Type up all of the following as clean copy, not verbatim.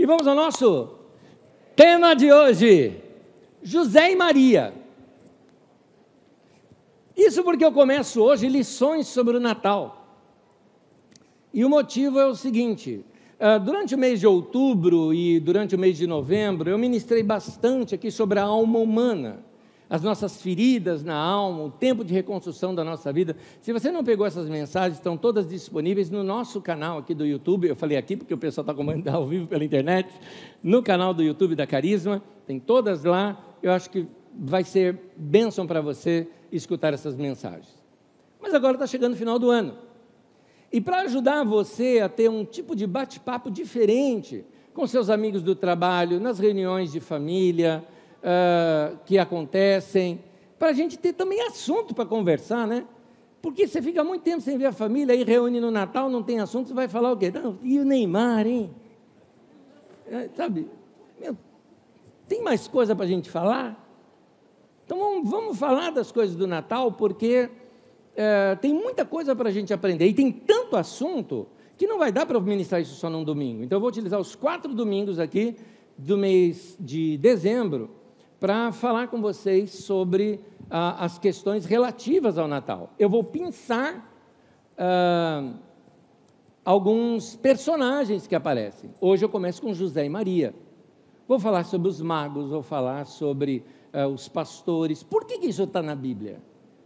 E vamos ao nosso tema de hoje, José e Maria. Isso porque eu começo hoje lições sobre o Natal. E o motivo é o seguinte, durante o mês de outubro e durante o mês de novembro, eu ministrei bastante aqui sobre a alma humana, as nossas feridas na alma, o tempo de reconstrução da nossa vida. Se você não pegou essas mensagens, estão todas disponíveis no nosso canal aqui do YouTube. Eu falei aqui porque o pessoal está acompanhando ao vivo pela internet, no canal do YouTube da Carisma, tem todas lá. Eu acho que vai ser bênção para você escutar essas mensagens. Mas agora está chegando o final do ano. E para ajudar você a ter um tipo de bate-papo diferente com seus amigos do trabalho, nas reuniões de família que acontecem, para a gente ter também assunto para conversar, né? Porque você fica muito tempo sem ver a família, aí reúne no Natal, não tem assunto, você vai falar o quê? Não, e o Neymar, hein? Sabe, tem mais coisa para a gente falar? Então vamos falar das coisas do Natal, porque tem muita coisa para a gente aprender, e tem tanto assunto, que não vai dar para ministrar isso só num domingo. Então eu vou utilizar os 4 domingos aqui, do mês de dezembro, para falar com vocês sobre as questões relativas ao Natal. Eu vou pensar alguns personagens que aparecem. Hoje eu começo com José e Maria. Vou falar sobre os magos, vou falar sobre os pastores. Por que isso está na Bíblia?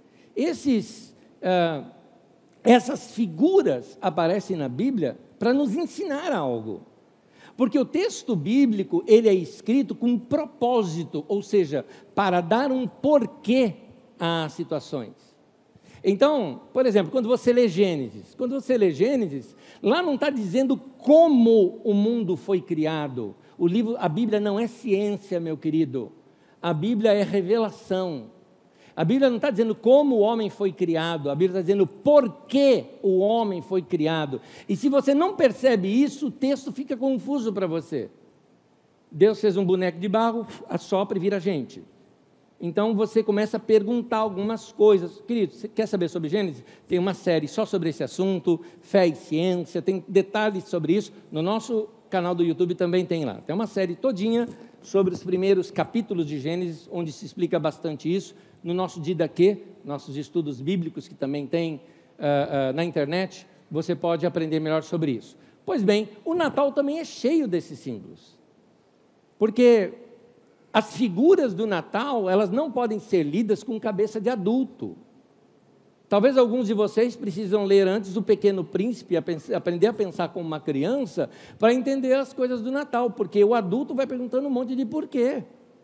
Essas figuras aparecem na Bíblia para nos ensinar algo. Porque o texto bíblico, ele é escrito com um propósito, ou seja, para dar um porquê às situações. Então, por exemplo, quando você lê Gênesis, lá não está dizendo como o mundo foi criado. A Bíblia não é ciência, meu querido. A Bíblia é revelação. A Bíblia não está dizendo como o homem foi criado, a Bíblia está dizendo por que o homem foi criado. E se você não percebe isso, o texto fica confuso para você. Deus fez um boneco de barro, assopra e vira gente. Então você começa a perguntar algumas coisas. Querido, você quer saber sobre Gênesis? Tem uma série só sobre esse assunto, fé e ciência, tem detalhes sobre isso. No nosso canal do YouTube também tem lá. Tem uma série todinha sobre os primeiros capítulos de Gênesis, onde se explica bastante isso. No nosso Didaquê, nossos estudos bíblicos, que também tem na internet, você pode aprender melhor sobre isso. Pois bem, o Natal também é cheio desses símbolos. Porque as figuras do Natal, elas não podem ser lidas com cabeça de adulto. Talvez alguns de vocês precisam ler antes o Pequeno Príncipe, aprender a pensar como uma criança, para entender as coisas do Natal, porque o adulto vai perguntando um monte de porquê.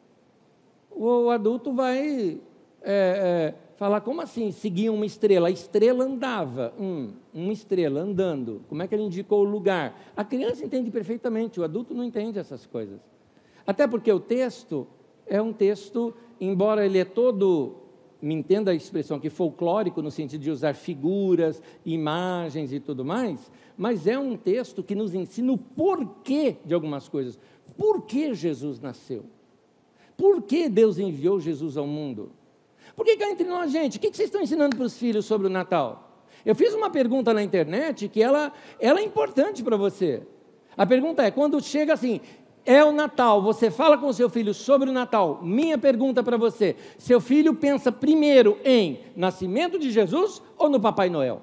O adulto vai falar, como assim, seguir uma estrela? A estrela andava, uma estrela andando, como é que ele indicou o lugar? A criança entende perfeitamente, o adulto não entende essas coisas. Até porque o texto é um texto, embora ele é todo, me entenda a expressão aqui, folclórico, no sentido de usar figuras, imagens e tudo mais, mas é um texto que nos ensina o porquê de algumas coisas. Por que Jesus nasceu? Por que Deus enviou Jesus ao mundo? Por que cá entre nós, gente, o que vocês estão ensinando para os filhos sobre o Natal? Eu fiz uma pergunta na internet que ela é importante para você. A pergunta é, quando chega assim, é o Natal, você fala com o seu filho sobre o Natal, minha pergunta para você, seu filho pensa primeiro em nascimento de Jesus ou no Papai Noel?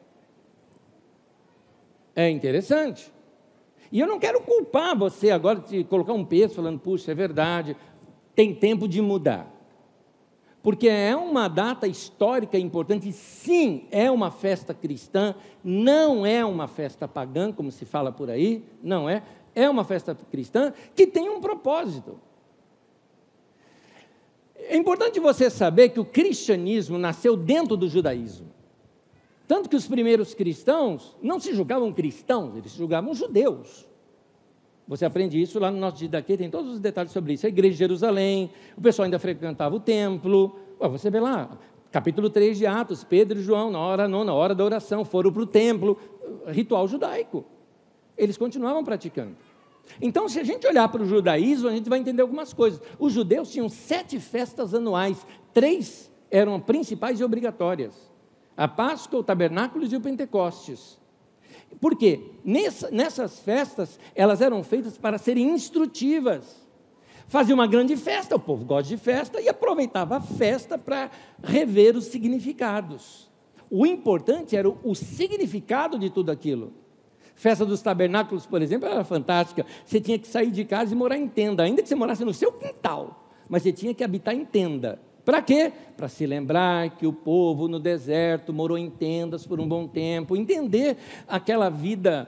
É interessante. E eu não quero culpar você agora de colocar um peso falando, puxa, é verdade, tem tempo de mudar. Porque é uma data histórica importante, sim, é uma festa cristã, não é uma festa pagã, como se fala por aí, não é, é uma festa cristã que tem um propósito. É importante você saber que o cristianismo nasceu dentro do judaísmo. Tanto que os primeiros cristãos não se julgavam cristãos, eles se julgavam judeus. Você aprende isso lá no nosso Didaquê, tem todos os detalhes sobre isso. A igreja de Jerusalém, o pessoal ainda frequentava o templo. Você vê lá, capítulo 3 de Atos, Pedro e João, na hora nona, hora da oração, foram para o templo, ritual judaico. Eles continuavam praticando. Então, se a gente olhar para o judaísmo, a gente vai entender algumas coisas. Os judeus tinham 7 festas anuais, 3 eram principais e obrigatórias. A Páscoa, o Tabernáculo e o Pentecostes. Por quê? Nessas festas, elas eram feitas para serem instrutivas. Fazia uma grande festa, o povo gosta de festa, e aproveitava a festa para rever os significados. O importante era o significado de tudo aquilo. Festa dos tabernáculos, por exemplo, era fantástica. Você tinha que sair de casa e morar em tenda, ainda que você morasse no seu quintal, mas você tinha que habitar em tenda. Para quê? Para se lembrar que o povo no deserto morou em tendas por um bom tempo, entender aquela vida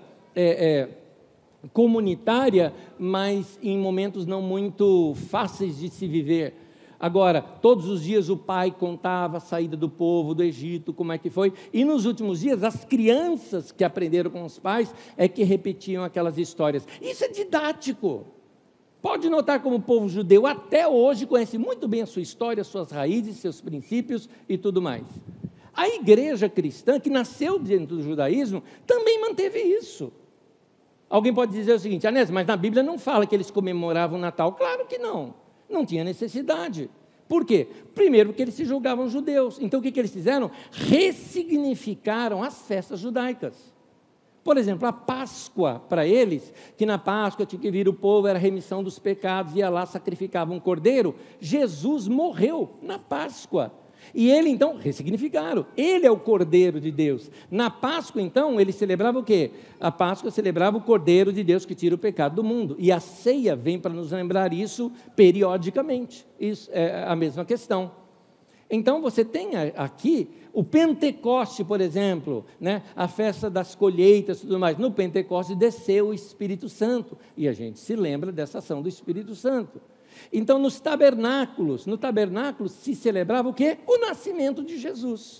comunitária, mas em momentos não muito fáceis de se viver. Agora, todos os dias o pai contava a saída do povo do Egito, como é que foi, e nos últimos dias as crianças que aprenderam com os pais é que repetiam aquelas histórias. Isso é didático. Pode notar como o povo judeu até hoje conhece muito bem a sua história, suas raízes, seus princípios e tudo mais. A igreja cristã, que nasceu dentro do judaísmo, também manteve isso. Alguém pode dizer o seguinte: Anésio, mas na Bíblia não fala que eles comemoravam o Natal. Claro que não, não tinha necessidade. Por quê? Primeiro, porque eles se julgavam judeus. Então, o que eles fizeram? Ressignificaram as festas judaicas. Por exemplo, a Páscoa, para eles, que na Páscoa tinha que vir o povo, era a remissão dos pecados, ia lá, sacrificava um cordeiro. Jesus morreu na Páscoa. E ele, então, ressignificaram. Ele é o Cordeiro de Deus. Na Páscoa, então, ele celebrava o quê? A Páscoa celebrava o Cordeiro de Deus que tira o pecado do mundo. E a ceia vem para nos lembrar isso periodicamente. Isso é a mesma questão. Então, você tem aqui o Pentecoste, por exemplo, né? A festa das colheitas e tudo mais. No Pentecoste desceu o Espírito Santo. E a gente se lembra dessa ação do Espírito Santo. Então, no tabernáculo se celebrava o quê? O nascimento de Jesus.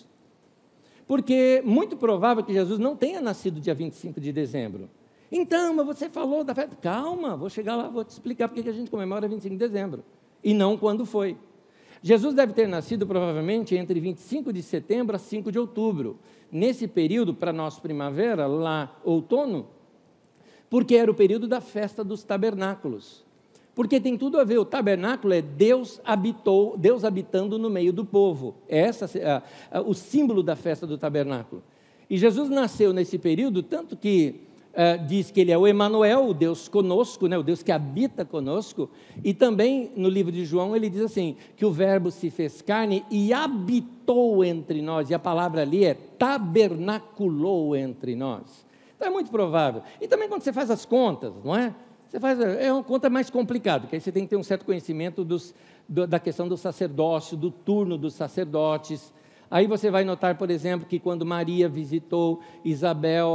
Porque muito provável que Jesus não tenha nascido dia 25 de dezembro. Então, mas você falou da festa. Calma, vou chegar lá, vou te explicar porque que a gente comemora 25 de dezembro. E não quando foi. Jesus deve ter nascido provavelmente entre 25 de setembro a 5 de outubro. Nesse período, para nós primavera, lá outono, porque era o período da festa dos tabernáculos. Porque tem tudo a ver, o tabernáculo é Deus habitando no meio do povo. É o símbolo da festa do tabernáculo. E Jesus nasceu nesse período, tanto que diz que ele é o Emanuel, o Deus conosco, né, o Deus que habita conosco. E também no livro de João ele diz assim, que o verbo se fez carne e habitou entre nós. E a palavra ali é tabernaculou entre nós. Então é muito provável. E também quando você faz as contas, não é? É uma conta mais complicada, porque aí você tem que ter um certo conhecimento da questão do sacerdócio, do turno dos sacerdotes. Aí você vai notar, por exemplo, que quando Maria visitou Isabel,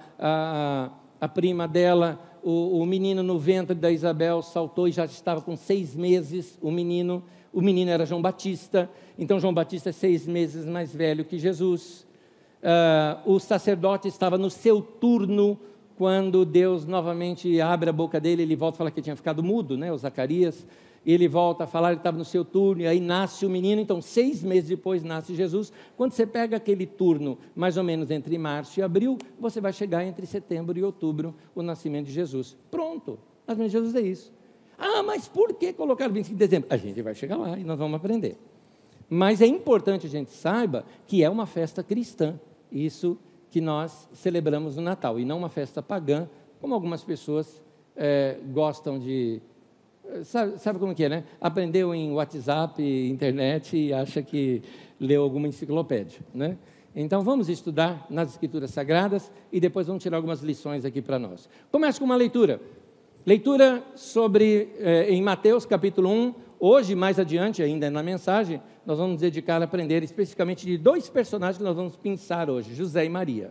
a prima dela, o menino no ventre da Isabel saltou e já estava com 6 meses, o menino era João Batista, então João Batista é 6 meses mais velho que Jesus. O sacerdote estava no seu turno. Quando Deus novamente abre a boca dele, ele volta a falar que tinha ficado mudo, né, o Zacarias, e ele volta a falar, ele estava no seu turno, e aí nasce o menino, então 6 meses depois nasce Jesus. Quando você pega aquele turno, mais ou menos entre março e abril, você vai chegar entre setembro e outubro, o nascimento de Jesus. Pronto, o nascimento de Jesus é isso. Ah, mas por que colocar 25 de dezembro? A gente vai chegar lá e nós vamos aprender. Mas é importante a gente saiba que é uma festa cristã, isso que nós celebramos no Natal, e não uma festa pagã, como algumas pessoas gostam de... Sabe como que é, né? Aprendeu em WhatsApp, internet, e acha que leu alguma enciclopédia, né? Então, vamos estudar nas Escrituras Sagradas, e depois vamos tirar algumas lições aqui para nós. Começa com uma leitura. Leitura em Mateus, capítulo 1. Hoje, mais adiante, ainda na mensagem, nós vamos nos dedicar a aprender especificamente de 2 personagens que nós vamos pensar hoje, José e Maria.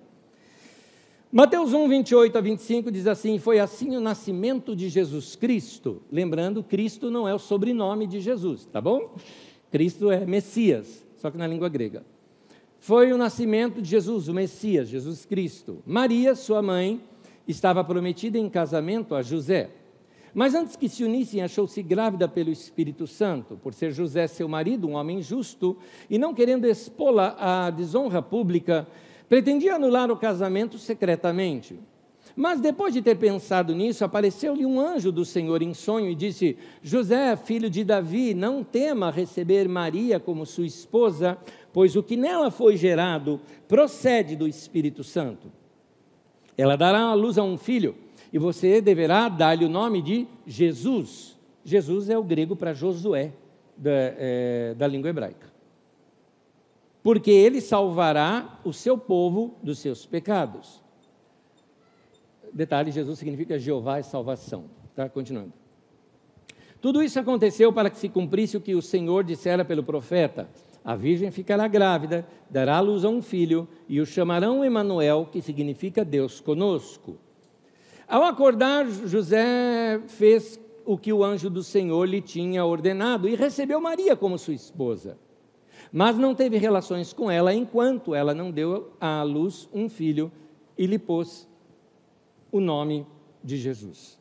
Mateus 1, 28 a 25 diz assim: foi assim o nascimento de Jesus Cristo. Lembrando, Cristo não é o sobrenome de Jesus, tá bom? Cristo é Messias, só que na língua grega. Foi o nascimento de Jesus, o Messias, Jesus Cristo. Maria, sua mãe, estava prometida em casamento a José. Mas antes que se unissem, achou-se grávida pelo Espírito Santo, por ser José seu marido, um homem justo, e não querendo expô-la à desonra pública, pretendia anular o casamento secretamente. Mas depois de ter pensado nisso, apareceu-lhe um anjo do Senhor em sonho e disse: José, filho de Davi, não tema receber Maria como sua esposa, pois o que nela foi gerado procede do Espírito Santo. Ela dará à luz a um filho, e você deverá dar-lhe o nome de Jesus. Jesus é o grego para Josué, da língua hebraica. Porque ele salvará o seu povo dos seus pecados. Detalhe, Jesus significa Jeová é salvação. Tá? Continuando. Tudo isso aconteceu para que se cumprisse o que o Senhor dissera pelo profeta: a virgem ficará grávida, dará à luz a um filho, e o chamarão Emanuel, que significa Deus conosco. Ao acordar, José fez o que o anjo do Senhor lhe tinha ordenado e recebeu Maria como sua esposa. Mas não teve relações com ela enquanto ela não deu à luz um filho e lhe pôs o nome de Jesus.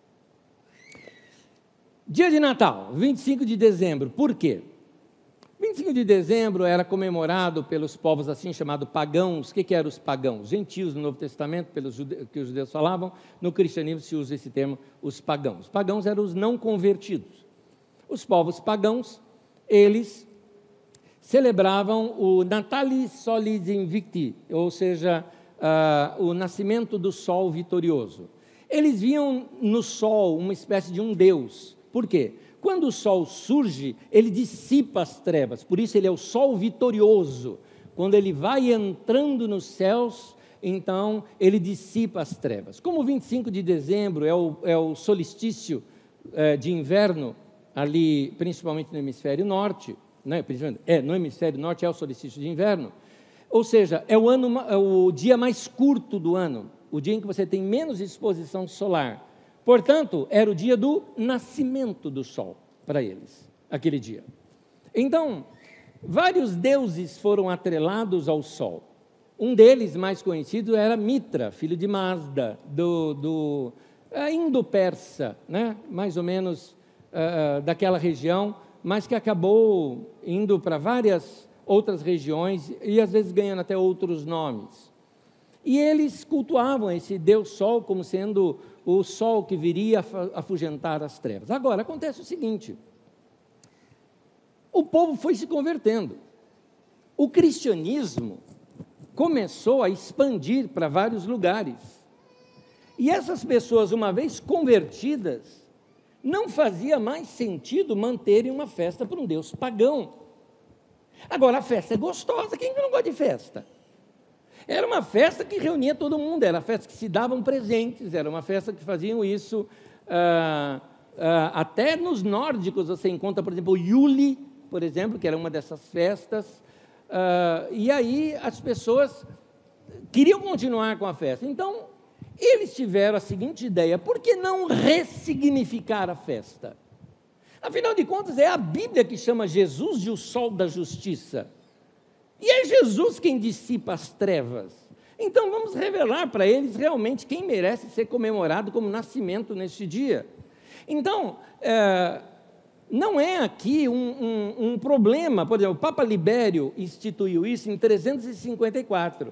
Dia de Natal, 25 de dezembro. Por quê? 25 de dezembro era comemorado pelos povos assim chamados pagãos. O que eram os pagãos? Gentios no Novo Testamento, que os judeus falavam. No cristianismo se usa esse termo, os pagãos. Os pagãos eram os não convertidos. Os povos pagãos, eles celebravam o Natalis Solis Invicti, ou seja, o nascimento do sol vitorioso. Eles viam no sol uma espécie de um deus. Por quê? Quando o sol surge, ele dissipa as trevas, por isso ele é o sol vitorioso. Quando ele vai entrando nos céus, então ele dissipa as trevas. Como o 25 de dezembro é o solstício de inverno, ali principalmente no hemisfério norte, né? No hemisfério norte é o solstício de inverno, ou seja, é o dia mais curto do ano, o dia em que você tem menos exposição solar. Portanto, era o dia do nascimento do sol para eles, aquele dia. Então, vários deuses foram atrelados ao sol. Um deles, mais conhecido, era Mitra, filho de Mazda, do indo-persa, né? Mais ou menos daquela região, mas que acabou indo para várias outras regiões e às vezes ganhando até outros nomes. E eles cultuavam esse Deus Sol como sendo o sol que viria afugentar as trevas. Agora, acontece o seguinte: o povo foi se convertendo. O cristianismo começou a expandir para vários lugares. E essas pessoas, uma vez convertidas, não fazia mais sentido manterem uma festa para um Deus pagão. Agora, a festa é gostosa, quem não gosta de festa? Era uma festa que reunia todo mundo, era uma festa que se davam presentes, era uma festa que faziam isso, até nos nórdicos você encontra, por exemplo, o Yule, por exemplo, que era uma dessas festas, e aí as pessoas queriam continuar com a festa. Então, eles tiveram a seguinte ideia: por que não ressignificar a festa? Afinal de contas, é a Bíblia que chama Jesus de o sol da justiça. E é Jesus quem dissipa as trevas. Então vamos revelar para eles realmente quem merece ser comemorado como nascimento neste dia. Então, não é aqui um problema. Por exemplo, o Papa Libério instituiu isso em 354.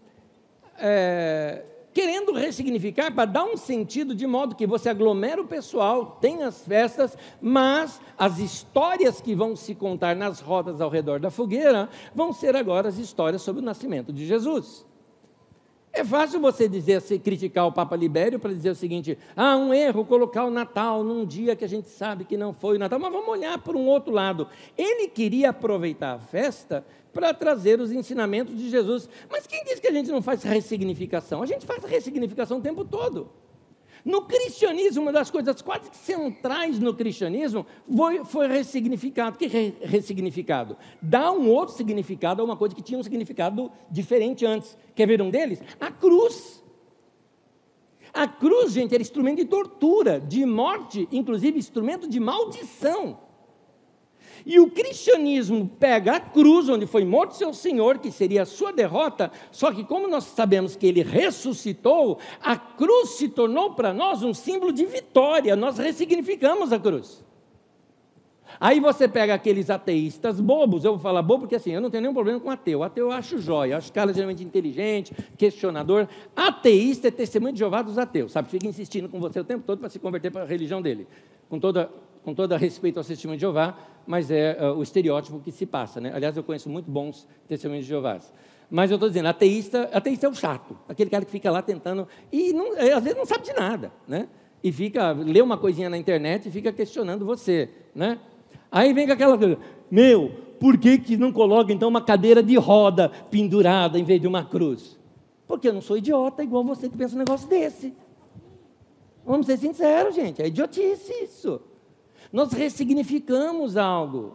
Querendo ressignificar, para dar um sentido de modo que você aglomera o pessoal, tem as festas, mas as histórias que vão se contar nas rodas ao redor da fogueira vão ser agora as histórias sobre o nascimento de Jesus. É fácil você dizer, criticar o Papa Libério para dizer o seguinte: um erro colocar o Natal num dia que a gente sabe que não foi o Natal, mas vamos olhar por um outro lado. Ele queria aproveitar a festa para trazer os ensinamentos de Jesus. Mas quem diz que a gente não faz ressignificação? A gente faz ressignificação o tempo todo. No cristianismo, uma das coisas quase centrais no cristianismo foi ressignificado. O que é ressignificado? Dá um outro significado a uma coisa que tinha um significado diferente antes. Quer ver um deles? A cruz. A cruz, gente, era instrumento de tortura, de morte, inclusive instrumento de maldição. E o cristianismo pega a cruz, onde foi morto seu Senhor, que seria a sua derrota, só que como nós sabemos que ele ressuscitou, a cruz se tornou para nós um símbolo de vitória, nós ressignificamos a cruz. Aí você pega aqueles ateístas bobos, eu vou falar bobo porque assim, eu não tenho nenhum problema com ateu eu acho jóia, eu acho cara geralmente inteligente, questionador. Ateísta é testemunho de Jeová dos ateus, sabe, fica insistindo com você o tempo todo para se converter para a religião dele, com todo respeito ao testemunho de Jeová, mas é o estereótipo que se passa, né? Aliás, eu conheço muito bons testemunhos de Jeová. Mas eu estou dizendo, ateísta é o chato, aquele cara que fica lá tentando, e às vezes não sabe de nada, né? E lê uma coisinha na internet e fica questionando você, né? Aí vem com aquela coisa, por que não coloca então uma cadeira de roda pendurada em vez de uma cruz? Porque eu não sou idiota igual você que pensa um negócio desse. Vamos ser sinceros, gente, é idiotice isso. Nós ressignificamos algo.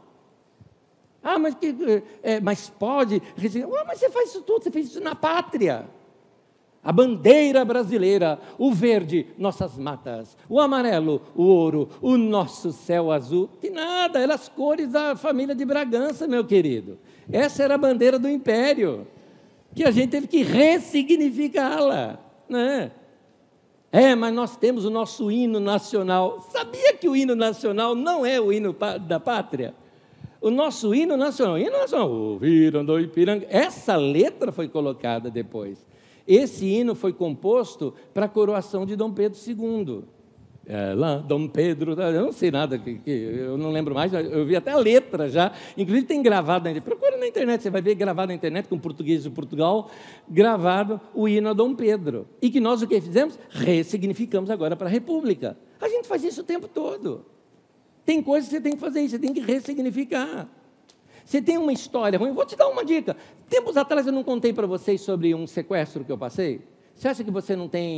Mas pode... mas você faz isso tudo, você fez isso na pátria. A bandeira brasileira, o verde, nossas matas, o amarelo, o ouro, o nosso céu azul. Que nada, eram as cores da família de Bragança, meu querido. Essa era a bandeira do império, que a gente teve que ressignificá-la, né? Mas nós temos o nosso hino nacional. Sabia que o hino nacional não é o hino da pátria? O nosso hino nacional, ouviram do Ipiranga, essa letra foi colocada depois. Esse hino foi composto para a coroação de Dom Pedro II. Dom Pedro, eu não sei nada, eu não lembro mais, eu vi até a letra já, inclusive tem gravado, procura na internet, você vai ver gravado na internet, com português de Portugal, gravado o hino a Dom Pedro. E que nós o que fizemos? Ressignificamos agora para a República. A gente faz isso o tempo todo. Tem coisas que você tem que fazer isso, você tem que ressignificar. Você tem uma história ruim, vou te dar uma dica. Tempos atrás eu não contei para vocês sobre um sequestro que eu passei? Você acha que você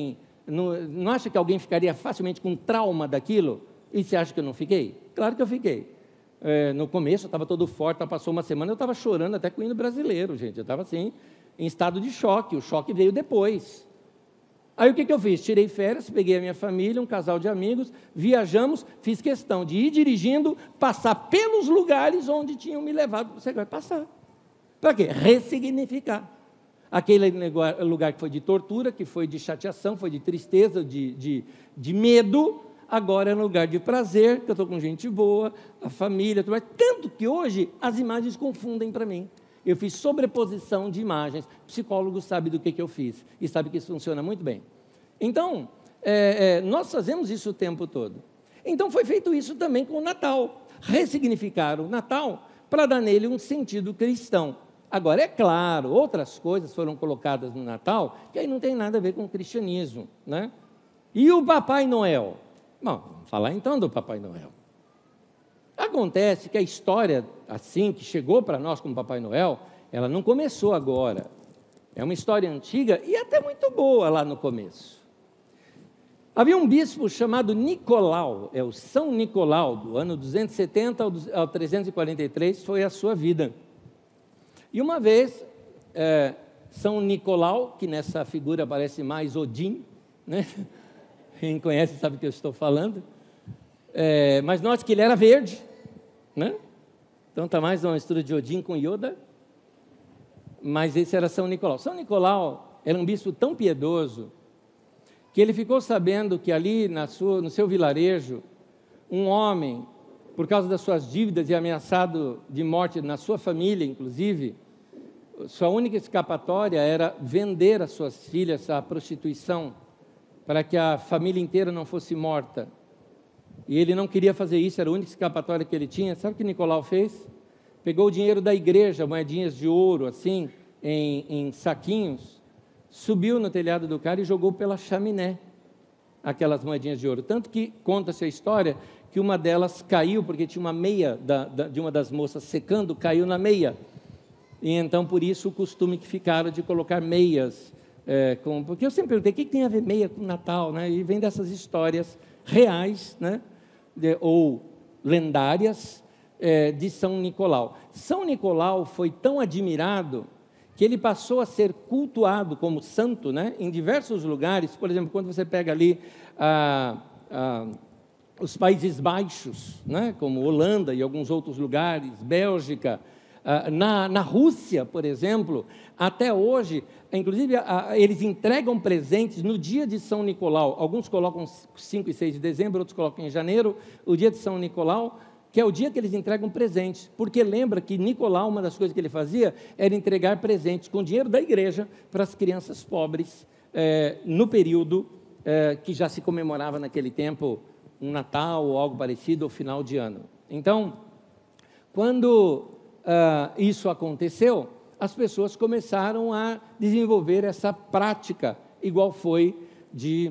não acha que alguém ficaria facilmente com trauma daquilo? E você acha que eu não fiquei? Claro que eu fiquei. No começo eu estava todo forte, passou uma semana, eu estava chorando até com o hino brasileiro, gente. Eu estava assim, em estado de choque, o choque veio depois. Aí o que eu fiz? Tirei férias, peguei a minha família, um casal de amigos, viajamos, fiz questão de ir dirigindo, passar pelos lugares onde tinham me levado. Você vai passar. Para quê? Ressignificar. Aquele lugar que foi de tortura, que foi de chateação, foi de tristeza, de medo, agora é um lugar de prazer, que eu estou com gente boa, a família, tudo mais. Tanto que hoje as imagens confundem para mim. Eu fiz sobreposição de imagens. Psicólogo sabe do que eu fiz e sabe que isso funciona muito bem. Então, nós fazemos isso o tempo todo. Então, foi feito isso também com o Natal. Ressignificar o Natal para dar nele um sentido cristão. Agora, é claro, outras coisas foram colocadas no Natal que aí não tem nada a ver com o cristianismo, né? E o Papai Noel? Bom, vamos falar então do Papai Noel. Acontece que a história, assim, que chegou para nós como Papai Noel, ela não começou agora. É uma história antiga e até muito boa lá no começo. Havia um bispo chamado Nicolau, o São Nicolau, do ano 270 ao 343, foi a sua vida. E uma vez, São Nicolau, que nessa figura parece mais Odin, né? Quem conhece sabe o que eu estou falando. Mas note que ele era verde, né? Então está mais uma mistura de Odin com Yoda. Mas esse era São Nicolau. São Nicolau era um bispo tão piedoso que ele ficou sabendo que ali no seu vilarejo, um homem, por causa das suas dívidas e ameaçado de morte na sua família, inclusive, sua única escapatória era vender as suas filhas à prostituição para que a família inteira não fosse morta. E ele não queria fazer isso, era a única escapatória que ele tinha. Sabe o que Nicolau fez? Pegou o dinheiro da igreja, moedinhas de ouro, assim, em saquinhos, subiu no telhado do cara e jogou pela chaminé aquelas moedinhas de ouro. Tanto que conta-se a história que uma delas caiu, porque tinha uma meia de uma das moças secando, caiu na meia. E então, por isso, o costume que ficaram de colocar meias. Porque eu sempre perguntei, o que tem a ver meia com Natal? Né? E vem dessas histórias reais, né? Ou lendárias, de São Nicolau. São Nicolau foi tão admirado que ele passou a ser cultuado como santo, né, em diversos lugares. Por exemplo, quando você pega ali os Países Baixos, né, como Holanda e alguns outros lugares, Bélgica, na Rússia, por exemplo, até hoje, inclusive, eles entregam presentes no dia de São Nicolau. Alguns colocam 5 e 6 de dezembro, outros colocam em janeiro, o dia de São Nicolau, que é o dia que eles entregam presentes, porque lembra que Nicolau, uma das coisas que ele fazia, era entregar presentes com dinheiro da igreja para as crianças pobres, no período que já se comemorava naquele tempo, um Natal ou algo parecido, ou final de ano. Então, quando isso aconteceu, as pessoas começaram a desenvolver essa prática, igual foi de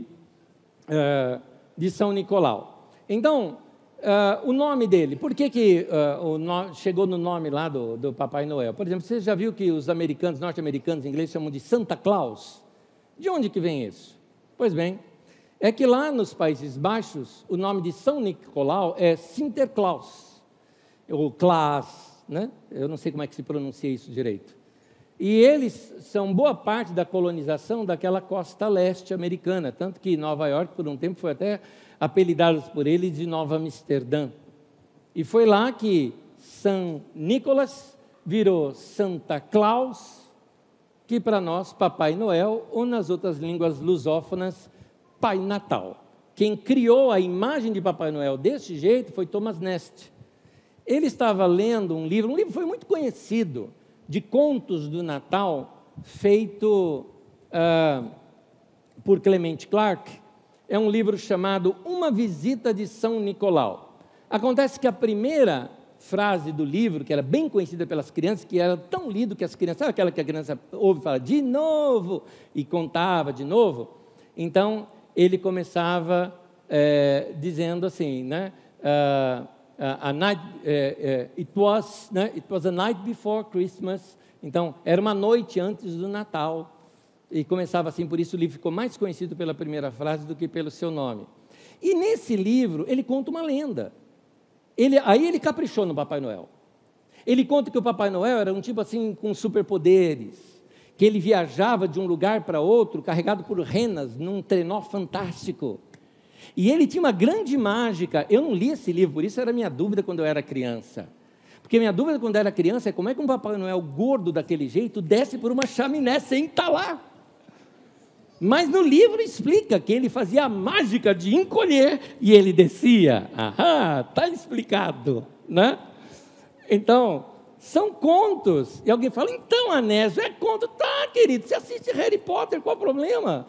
São Nicolau. Então, o nome dele, por que chegou no nome lá do Papai Noel? Por exemplo, você já viu que os americanos, norte-americanos, ingleses chamam de Santa Claus? De onde que vem isso? Pois bem, é que lá nos Países Baixos, o nome de São Nicolau é Sinterklaas, ou Klaas, né? Eu não sei como é que se pronuncia isso direito. E eles são boa parte da colonização daquela costa leste americana, tanto que Nova York, por um tempo, foi até apelidada por eles de Nova Amsterdã. E foi lá que São Nicolas virou Santa Claus, que para nós, Papai Noel, ou nas outras línguas lusófonas, Pai Natal. Quem criou a imagem de Papai Noel desse jeito foi Thomas Nast. Ele estava lendo um livro foi muito conhecido, de contos do Natal, feito por Clement Clarke. É um livro chamado Uma Visita de São Nicolau. Acontece que a primeira frase do livro, que era bem conhecida pelas crianças, que era tão lido que as crianças, sabe aquela que a criança ouve e fala, de novo, e contava de novo? Então, ele começava dizendo assim, né? It was a night before Christmas. Então, era uma noite antes do Natal. E começava assim, por isso o livro ficou mais conhecido pela primeira frase do que pelo seu nome. E nesse livro, ele conta uma lenda. Aí ele caprichou no Papai Noel. Ele conta que o Papai Noel era um tipo assim, com superpoderes, que ele viajava de um lugar para outro, carregado por renas, num trenó fantástico. E ele tinha uma grande mágica. Eu não li esse livro, por isso era minha dúvida quando eu era criança. Porque minha dúvida quando eu era criança é como é que um Papai Noel gordo daquele jeito desce por uma chaminé sem estar lá. Mas no livro explica que ele fazia a mágica de encolher e ele descia. Está explicado, né? Então, são contos. E alguém fala, então, Anésio, é conto. Tá, querido, você assiste Harry Potter, qual o problema?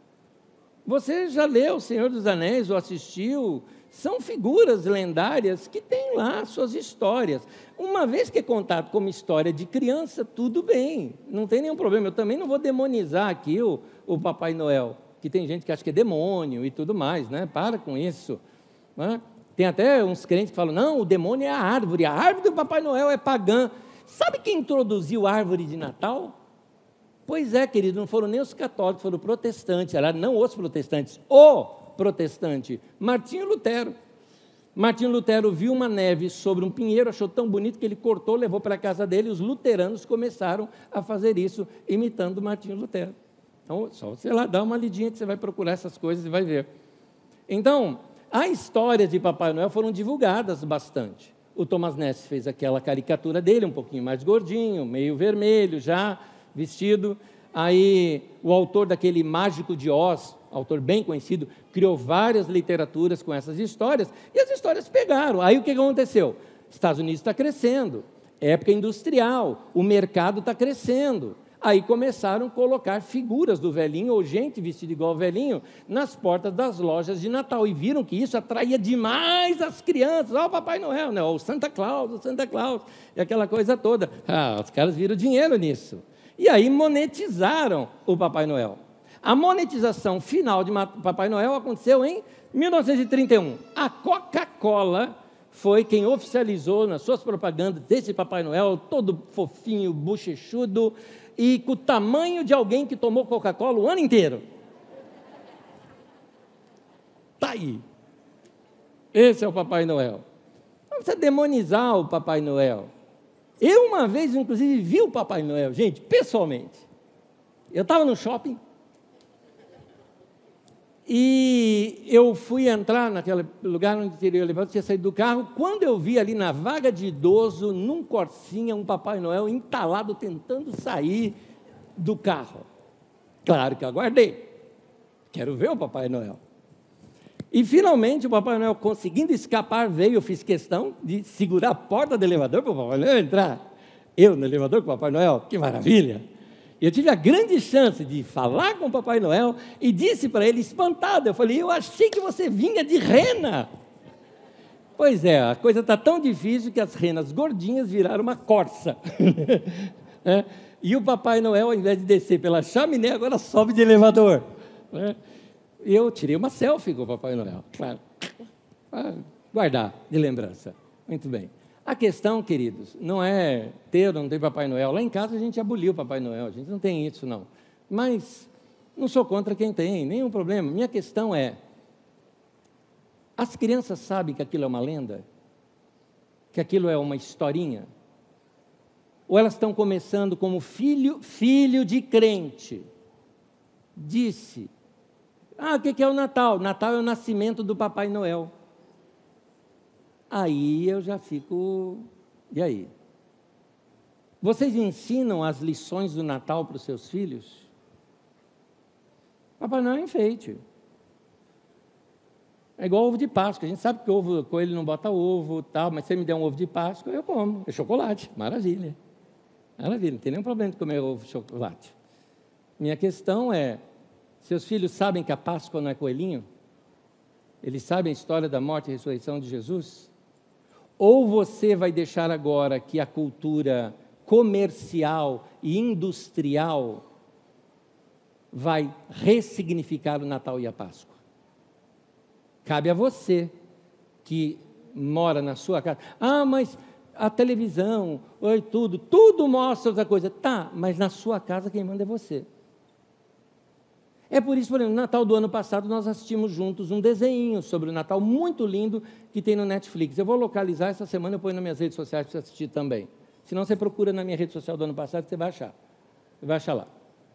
Você já leu O Senhor dos Anéis ou assistiu? São figuras lendárias que têm lá suas histórias. Uma vez que é contado como história de criança, tudo bem, não tem nenhum problema. Eu também não vou demonizar aqui o Papai Noel, que tem gente que acha que é demônio e tudo mais, né? Para com isso, né? Tem até uns crentes que falam, não, o demônio é a árvore do Papai Noel é pagã. Sabe quem introduziu a árvore de Natal? Pois é, querido, não foram nem os católicos, foram protestantes, não os protestantes, o protestante, Martinho Lutero. Martinho Lutero viu uma neve sobre um pinheiro, achou tão bonito que ele cortou, levou para a casa dele, e os luteranos começaram a fazer isso, imitando Martinho Lutero. Então, só você lá dá uma lidinha que você vai procurar essas coisas e vai ver. Então, as histórias de Papai Noel foram divulgadas bastante. O Thomas Nast fez aquela caricatura dele, um pouquinho mais gordinho, meio vermelho já, vestido. Aí, o autor daquele Mágico de Oz, autor bem conhecido, criou várias literaturas com essas histórias, e as histórias pegaram. Aí, o que aconteceu? Estados Unidos está crescendo, época industrial, o mercado está crescendo. Aí começaram a colocar figuras do velhinho, ou gente vestida igual ao velhinho, nas portas das lojas de Natal, e viram que isso atraía demais as crianças. Ó, o Papai Noel, né? O Santa Claus, e aquela coisa toda. Os caras viram dinheiro nisso. E aí monetizaram o Papai Noel. A monetização final de Papai Noel aconteceu em 1931. A Coca-Cola foi quem oficializou nas suas propagandas desse Papai Noel, todo fofinho, bochechudo, e com o tamanho de alguém que tomou Coca-Cola o ano inteiro. Está aí. Esse é o Papai Noel. Não precisa demonizar o Papai Noel. Eu uma vez, inclusive, vi o Papai Noel, gente, pessoalmente. Eu estava no shopping e eu fui entrar naquele lugar onde teria elevado, tinha saído do carro. Quando eu vi ali na vaga de idoso, num Corsinha, um Papai Noel entalado, tentando sair do carro. Claro que eu aguardei. Quero ver o Papai Noel. E, finalmente, o Papai Noel, conseguindo escapar, veio. Eu fiz questão de segurar a porta do elevador para o Papai Noel entrar. Eu no elevador com o Papai Noel, que maravilha! Eu tive a grande chance de falar com o Papai Noel e disse para ele, espantado, eu falei, eu achei que você vinha de rena. Pois é, a coisa está tão difícil que as renas gordinhas viraram uma corça. né? E o Papai Noel, ao invés de descer pela chaminé, agora sobe de elevador, né? Eu tirei uma selfie com o Papai Noel, claro, para guardar de lembrança. Muito bem. A questão, queridos, não é ter ou não ter Papai Noel. Lá em casa a gente aboliu o Papai Noel, a gente não tem isso não. Mas não sou contra quem tem, nenhum problema. Minha questão é, as crianças sabem que aquilo é uma lenda? Que aquilo é uma historinha? Ou elas estão começando como filho de crente? Disse, o que é o Natal? Natal é o nascimento do Papai Noel. Aí eu já fico, e aí? Vocês ensinam as lições do Natal para os seus filhos? Papai Noel é enfeite. É igual ovo de Páscoa. A gente sabe que coelho não bota ovo, tal, mas se você me der um ovo de Páscoa, eu como. É chocolate, maravilha. Maravilha, não tem nenhum problema de comer ovo de chocolate. Minha questão é, seus filhos sabem que a Páscoa não é coelhinho? Eles sabem a história da morte e ressurreição de Jesus? Ou você vai deixar agora que a cultura comercial e industrial vai ressignificar o Natal e a Páscoa? Cabe a você que mora na sua casa. Mas a televisão, tudo mostra outra coisa. Tá, mas na sua casa quem manda é você. É por isso, por exemplo, no Natal do ano passado, nós assistimos juntos um desenho sobre o Natal muito lindo que tem no Netflix. Eu vou localizar essa semana, eu ponho nas minhas redes sociais para você assistir também. Se não, você procura na minha rede social do ano passado, você vai achar. Você vai achar lá.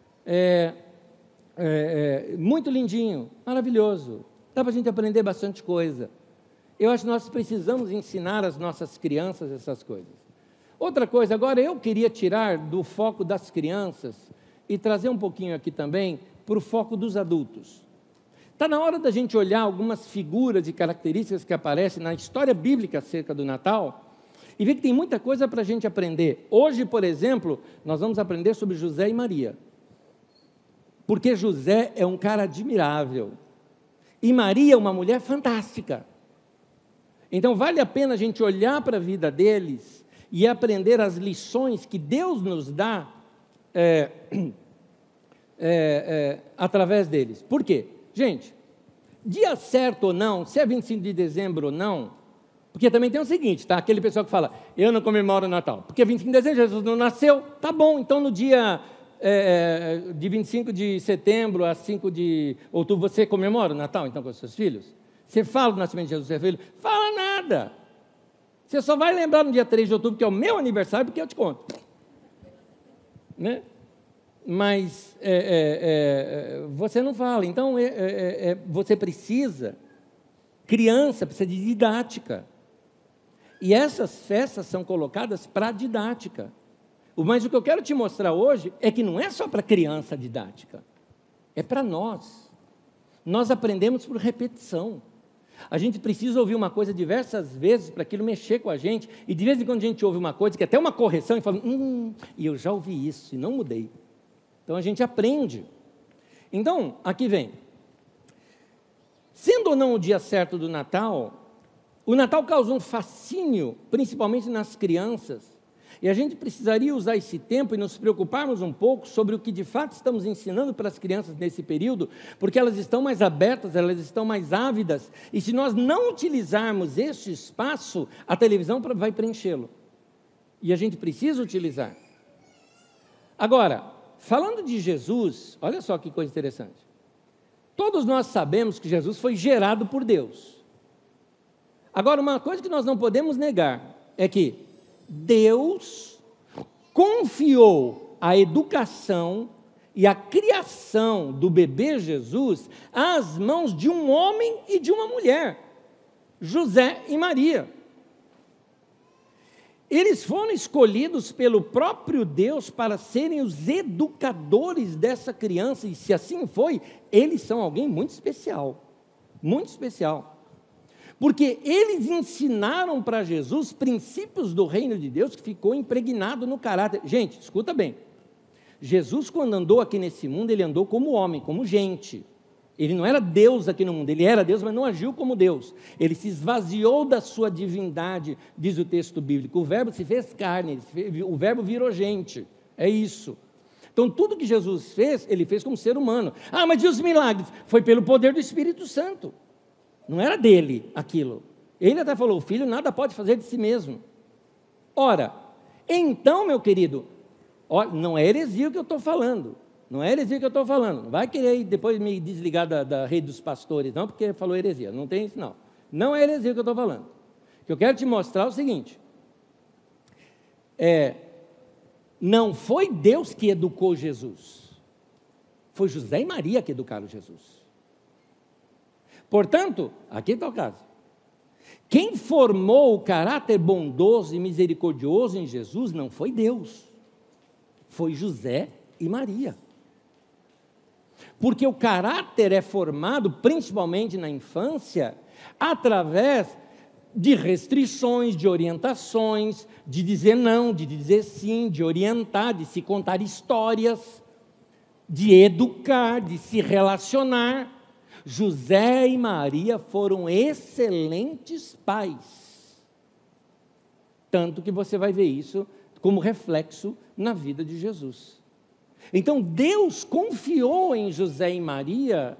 Muito lindinho, maravilhoso. Dá para a gente aprender bastante coisa. Eu acho que nós precisamos ensinar às nossas crianças essas coisas. Outra coisa, agora eu queria tirar do foco das crianças e trazer um pouquinho aqui também para o foco dos adultos. Está na hora da gente olhar algumas figuras e características que aparecem na história bíblica acerca do Natal e ver que tem muita coisa para a gente aprender. Hoje, por exemplo, nós vamos aprender sobre José e Maria. Porque José é um cara admirável e Maria é uma mulher fantástica. Então vale a pena a gente olhar para a vida deles e aprender as lições que Deus nos dá através deles. Por quê? Gente, dia certo ou não, se é 25 de dezembro ou não, porque também tem o seguinte, tá? Aquele pessoal que fala, eu não comemoro o Natal, porque 25 de dezembro Jesus não nasceu, tá bom, então no dia de 25 de setembro a 5 de outubro, você comemora o Natal, então, com os seus filhos? Você fala do nascimento de Jesus, seu filho? Fala nada. Você só vai lembrar no dia 3 de outubro, que é o meu aniversário, porque eu te conto. Né? Mas você não fala. Então, você precisa, criança precisa de didática. E essas festas são colocadas para didática. Mas o que eu quero te mostrar hoje é que não é só para criança a didática. É para nós. Nós aprendemos por repetição. A gente precisa ouvir uma coisa diversas vezes para aquilo mexer com a gente. E de vez em quando a gente ouve uma coisa que é até uma correção e fala, e eu já ouvi isso e não mudei. Então a gente aprende. Então, aqui vem. Sendo ou não o dia certo do Natal, o Natal causa um fascínio, principalmente nas crianças. E a gente precisaria usar esse tempo e nos preocuparmos um pouco sobre o que de fato estamos ensinando para as crianças nesse período, porque elas estão mais abertas, elas estão mais ávidas, e se nós não utilizarmos este espaço, a televisão vai preenchê-lo. E a gente precisa utilizar. Agora, falando de Jesus, olha só que coisa interessante. Todos nós sabemos que Jesus foi gerado por Deus. Agora, uma coisa que nós não podemos negar é que Deus confiou a educação e a criação do bebê Jesus às mãos de um homem e de uma mulher, José e Maria. Eles foram escolhidos pelo próprio Deus para serem os educadores dessa criança, e se assim foi, eles são alguém muito especial, muito especial. Porque eles ensinaram para Jesus princípios do reino de Deus que ficou impregnado no caráter. Gente, escuta bem. Jesus, quando andou aqui nesse mundo, ele andou como homem, como gente. Ele não era Deus aqui no mundo, ele era Deus, mas não agiu como Deus. Ele se esvaziou da sua divindade, diz o texto bíblico. O verbo se fez carne, o verbo virou gente. É isso. Então, tudo que Jesus fez, ele fez como ser humano. Ah, mas e os milagres? Foi pelo poder do Espírito Santo. Não era dele aquilo. Ele até falou, o filho nada pode fazer de si mesmo. Ora, então, meu querido, não é heresia o que eu estou falando. Não é heresia o que eu estou falando. Não vai querer depois me desligar da rede dos pastores, não, porque falou heresia. Não tem isso, não. Não é heresia o que eu estou falando. O que eu quero te mostrar é o seguinte. Não foi Deus que educou Jesus. Foi José e Maria que educaram Jesus. Portanto, aqui está o caso. Quem formou o caráter bondoso e misericordioso em Jesus não foi Deus. Foi José e Maria. Porque o caráter é formado, principalmente na infância, através de restrições, de orientações, de dizer não, de dizer sim, de orientar, de se contar histórias, de educar, de se relacionar. José e Maria foram excelentes pais. Tanto que você vai ver isso como reflexo na vida de Jesus. Então, Deus confiou em José e Maria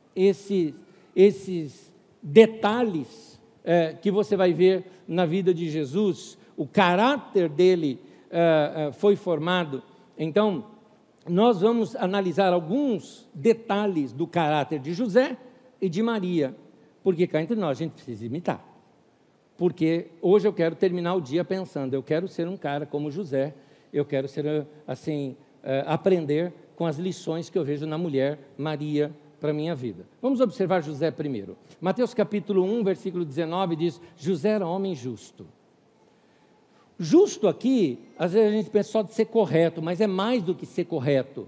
esses detalhes que você vai ver na vida de Jesus. O caráter dele foi formado. Então, nós vamos analisar alguns detalhes do caráter de José e de Maria, porque cá entre nós a gente precisa imitar. Porque hoje eu quero terminar o dia pensando, eu quero ser um cara como José, eu quero ser assim, aprender com as lições que eu vejo na mulher Maria para a minha vida. Vamos observar José primeiro. Mateus capítulo 1, versículo 19 diz, José era homem justo. Justo aqui, às vezes a gente pensa só de ser correto, mas é mais do que ser correto.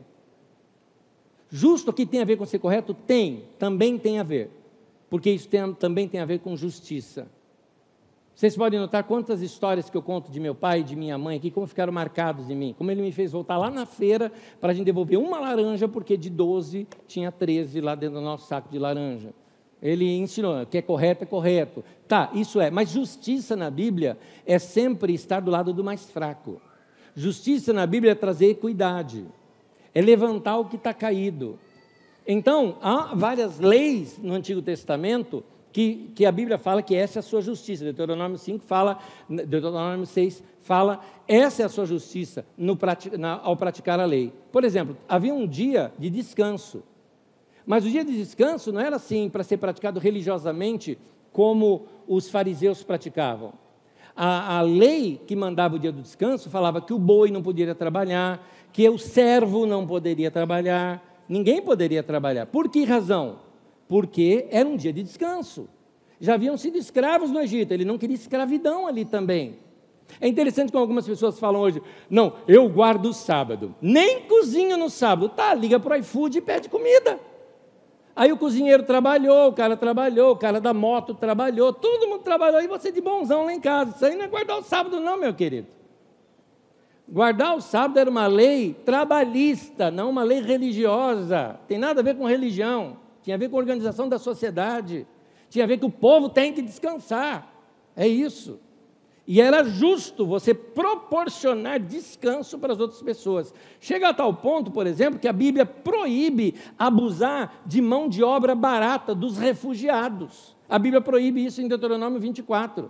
Justo aqui tem a ver com ser correto? Também tem a ver, porque isso também tem a ver com justiça. Vocês podem notar quantas histórias que eu conto de meu pai e de minha mãe aqui, como ficaram marcados em mim, como ele me fez voltar lá na feira para a gente devolver uma laranja, porque de 12 tinha 13 lá dentro do nosso saco de laranja. Ele ensinou, que é correto. Tá, isso é, mas justiça na Bíblia é sempre estar do lado do mais fraco. Justiça na Bíblia é trazer equidade, é levantar o que está caído. Então, há várias leis no Antigo Testamento que a Bíblia fala que essa é a sua justiça. Deuteronômio 5 fala, Deuteronômio 6 fala, essa é a sua justiça ao praticar a lei. Por exemplo, havia um dia de descanso, mas o dia de descanso não era assim para ser praticado religiosamente como os fariseus praticavam. A lei que mandava o dia do descanso falava que o boi não poderia trabalhar, que o servo não poderia trabalhar, ninguém poderia trabalhar. Por que razão? Porque era um dia de descanso. Já haviam sido escravos no Egito, ele não queria escravidão ali também. É interessante que algumas pessoas falam hoje, não, eu guardo o sábado, nem cozinho no sábado. Tá, liga para o iFood e pede comida. Aí o cozinheiro trabalhou, o cara da moto trabalhou, todo mundo trabalhou, e você de bonzão lá em casa. Isso aí não é guardar o sábado não, meu querido. Guardar o sábado era uma lei trabalhista, não uma lei religiosa. Tem nada a ver com religião, tinha a ver com a organização da sociedade, tinha a ver que o povo tem que descansar. É isso. E era justo você proporcionar descanso para as outras pessoas. Chega a tal ponto, por exemplo, que a Bíblia proíbe abusar de mão de obra barata dos refugiados. A Bíblia proíbe isso em Deuteronômio 24.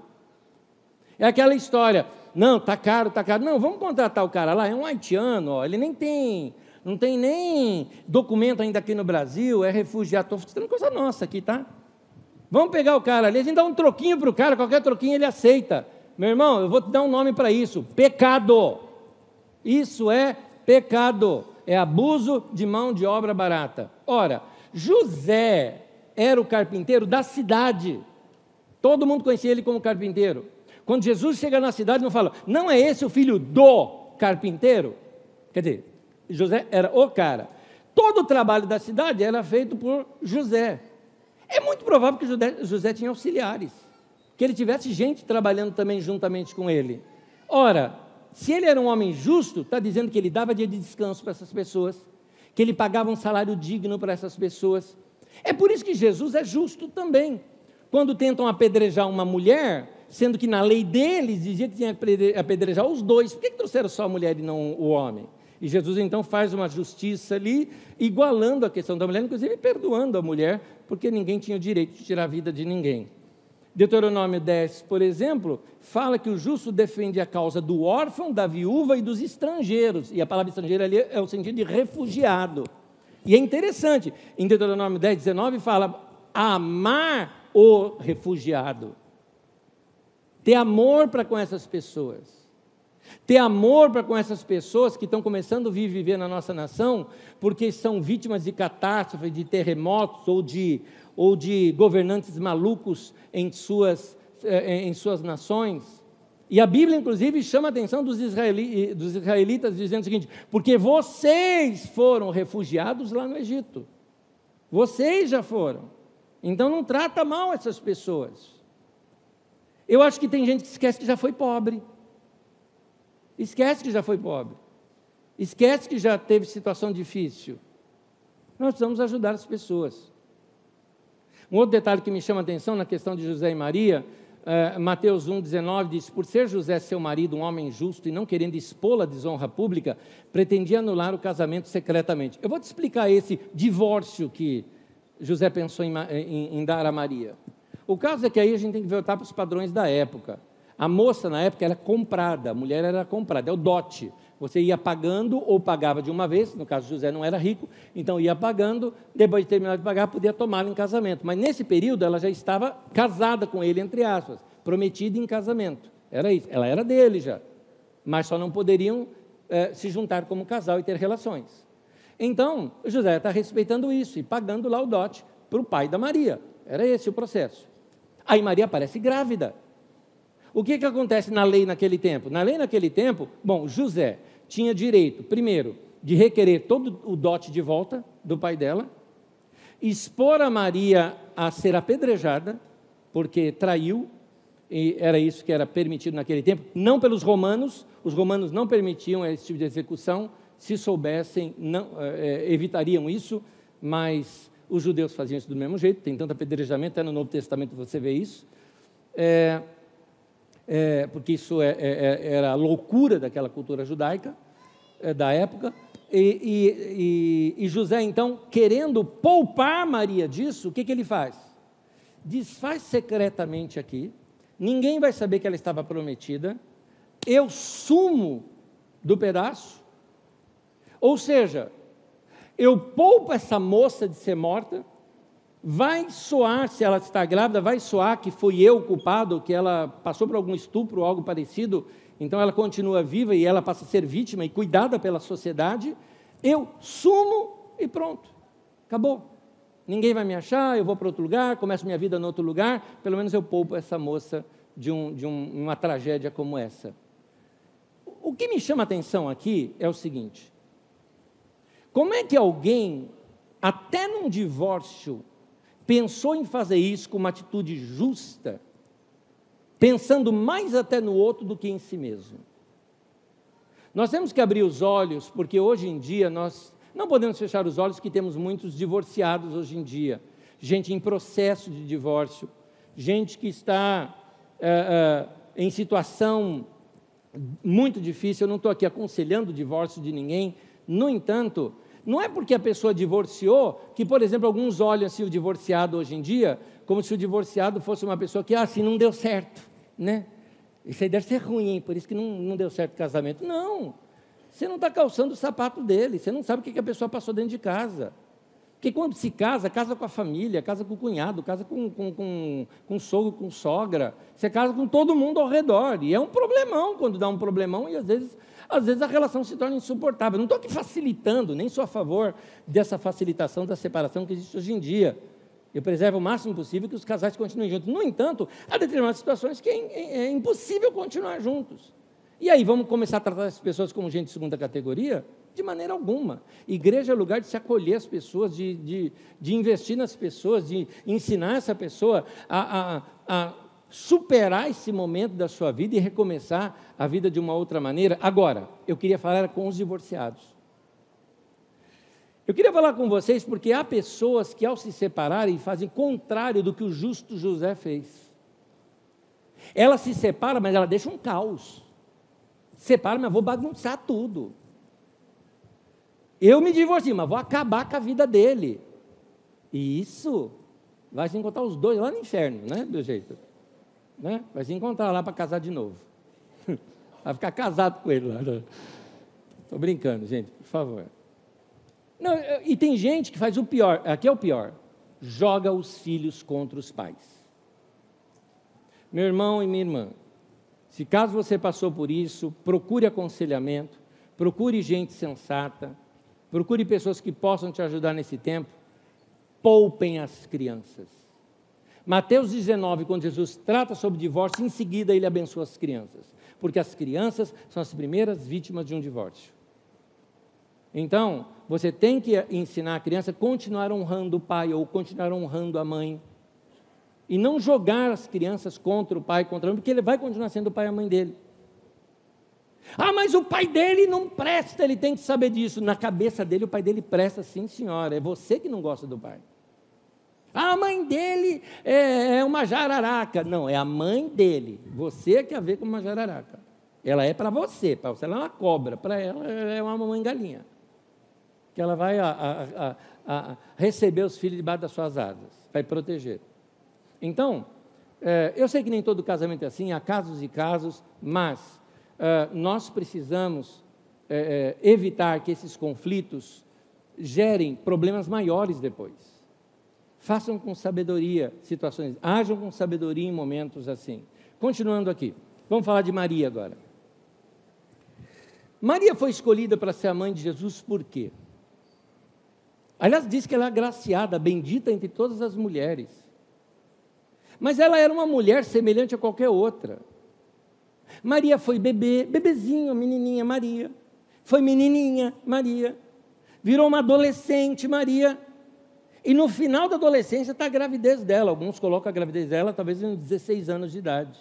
É aquela história, não, está caro. Não, vamos contratar o cara lá, é um haitiano, ó, ele não tem nem documento ainda aqui no Brasil, é refugiado. Estou fazendo coisa nossa aqui, tá? Vamos pegar o cara ali, a gente dá um troquinho para o cara, qualquer troquinho ele aceita. Meu irmão, eu vou te dar um nome para isso, pecado. Isso é pecado, é abuso de mão de obra barata. Ora, José era o carpinteiro da cidade, todo mundo conhecia ele como carpinteiro. Quando Jesus chega na cidade, não fala, não é esse o filho do carpinteiro? Quer dizer, José era o cara. Todo o trabalho da cidade era feito por José. É muito provável que José tinha auxiliares, que ele tivesse gente trabalhando também juntamente com ele. Ora, se ele era um homem justo, está dizendo que ele dava dia de descanso para essas pessoas, que ele pagava um salário digno para essas pessoas. É por isso que Jesus é justo também. Quando tentam apedrejar uma mulher, sendo que na lei deles dizia que tinha que apedrejar os dois, por que trouxeram só a mulher e não o homem? E Jesus então faz uma justiça ali, igualando a questão da mulher, inclusive perdoando a mulher, porque ninguém tinha o direito de tirar a vida de ninguém. Deuteronômio 10, por exemplo, fala que o justo defende a causa do órfão, da viúva e dos estrangeiros. E a palavra estrangeiro ali é o sentido de refugiado. E é interessante, em Deuteronômio 10, 19, fala amar o refugiado. Ter amor para com essas pessoas. Ter amor para com essas pessoas que estão começando a viver na nossa nação, porque são vítimas de catástrofe, de terremotos ou de governantes malucos em suas nações. E a Bíblia, inclusive, chama a atenção dos israelitas, dizendo o seguinte: porque vocês foram refugiados lá no Egito. Vocês já foram. Então não trata mal essas pessoas. Eu acho que tem gente que esquece que já foi pobre. Esquece que já foi pobre. Esquece que já teve situação difícil. Nós precisamos ajudar as pessoas. Um outro detalhe que me chama a atenção na questão de José e Maria, Mateus 1,19 diz: por ser José seu marido um homem justo e não querendo expô-la à desonra pública, pretendia anular o casamento secretamente. Eu vou te explicar esse divórcio que José pensou em dar a Maria. O caso é que aí a gente tem que voltar para os padrões da época. A moça na época era comprada, a mulher era comprada, é o dote. Você ia pagando ou pagava de uma vez, no caso José não era rico, então ia pagando, depois de terminar de pagar, podia tomá-la em casamento. Mas nesse período ela já estava casada com ele, entre aspas, prometida em casamento. Era isso, ela era dele já, mas só não poderiam se juntar como casal e ter relações. Então, José está respeitando isso e pagando lá o dote para o pai da Maria. Era esse o processo. Aí Maria aparece grávida. O que acontece na lei naquele tempo? Na lei naquele tempo, José tinha direito, primeiro, de requerer todo o dote de volta do pai dela, expor a Maria a ser apedrejada, porque traiu, e era isso que era permitido naquele tempo, não pelos romanos, os romanos não permitiam esse tipo de execução, se soubessem, evitariam isso, mas os judeus faziam isso do mesmo jeito, tem tanto apedrejamento, até no Novo Testamento você vê isso, porque isso era a loucura daquela cultura judaica, da época, e José, então, querendo poupar Maria disso, o que ele faz? Desfaz secretamente aqui, ninguém vai saber que ela estava prometida, eu sumo do pedaço, ou seja, eu poupo essa moça de ser morta, vai soar, se ela está grávida, vai soar que fui eu o culpado, que ela passou por algum estupro ou algo parecido, então ela continua viva e ela passa a ser vítima e cuidada pela sociedade, eu sumo e pronto, acabou. Ninguém vai me achar, eu vou para outro lugar, começo minha vida em outro lugar, pelo menos eu poupo essa moça de uma tragédia como essa. O que me chama a atenção aqui é o seguinte: como é que alguém, até num divórcio, pensou em fazer isso com uma atitude justa, pensando mais até no outro do que em si mesmo? Nós temos que abrir os olhos, porque hoje em dia nós não podemos fechar os olhos que temos muitos divorciados hoje em dia, gente em processo de divórcio, gente que está em situação muito difícil. Eu não estou aqui aconselhando o divórcio de ninguém, no entanto, não é porque a pessoa divorciou que, por exemplo, alguns olham assim o divorciado hoje em dia como se o divorciado fosse uma pessoa que, assim, não deu certo, né? Isso aí deve ser ruim, hein? Por isso que não deu certo o casamento. Não, você não está calçando o sapato dele, você não sabe o que a pessoa passou dentro de casa. Porque quando se casa, casa com a família, casa com o cunhado, casa com sogro, com sogra, você casa com todo mundo ao redor, e é um problemão quando dá um problemão, e às vezes a relação se torna insuportável. Não estou aqui facilitando, nem sou a favor dessa facilitação da separação que existe hoje em dia. Eu preservo o máximo possível que os casais continuem juntos. No entanto, há determinadas situações que é impossível continuar juntos. E aí, vamos começar a tratar as pessoas como gente de segunda categoria? De maneira alguma. Igreja é lugar de se acolher as pessoas, de investir nas pessoas, de ensinar essa pessoa a superar esse momento da sua vida e recomeçar a vida de uma outra maneira. Agora, eu queria falar com os divorciados. Eu queria falar com vocês porque há pessoas que, ao se separarem, fazem contrário do que o justo José fez. Ela se separa, mas ela deixa um caos. Separa, mas vou bagunçar tudo. Eu me divorcio, mas vou acabar com a vida dele. E isso vai se encontrar os dois lá no inferno, né? Do jeito. Né? Vai se encontrar lá para casar de novo. Vai ficar casado com ele lá. Estou brincando, gente, por favor. Não, e tem gente que faz o pior, aqui é o pior, joga os filhos contra os pais. Meu irmão e minha irmã, se caso você passou por isso, procure aconselhamento, procure gente sensata, procure pessoas que possam te ajudar nesse tempo, poupem as crianças. Mateus 19, quando Jesus trata sobre divórcio, em seguida ele abençoa as crianças, porque as crianças são as primeiras vítimas de um divórcio. Então, você tem que ensinar a criança a continuar honrando o pai ou continuar honrando a mãe, e não jogar as crianças contra o pai, contra a mãe, porque ele vai continuar sendo o pai e a mãe dele. Ah, mas o pai dele não presta, ele tem que saber disso. Na cabeça dele, o pai dele presta, sim, senhora, é você que não gosta do pai. Ah, a mãe dele é uma jararaca. Não, é a mãe dele, você que a vê como uma jararaca. Ela é para você ela é uma cobra, para ela é uma mamãe galinha, que ela vai receber os filhos debaixo das suas asas, vai proteger. Então, eu sei que nem todo casamento é assim, há casos e casos, mas nós precisamos evitar que esses conflitos gerem problemas maiores depois. Façam com sabedoria situações, ajam com sabedoria em momentos assim. Continuando aqui, vamos falar de Maria agora. Maria foi escolhida para ser a mãe de Jesus por quê? Aliás, diz que ela é agraciada, bendita entre todas as mulheres. Mas ela era uma mulher semelhante a qualquer outra. Maria foi bebezinho, menininha Maria. Foi menininha Maria. Virou uma adolescente Maria. E no final da adolescência está a gravidez dela. Alguns colocam a gravidez dela talvez em 16 anos de idade.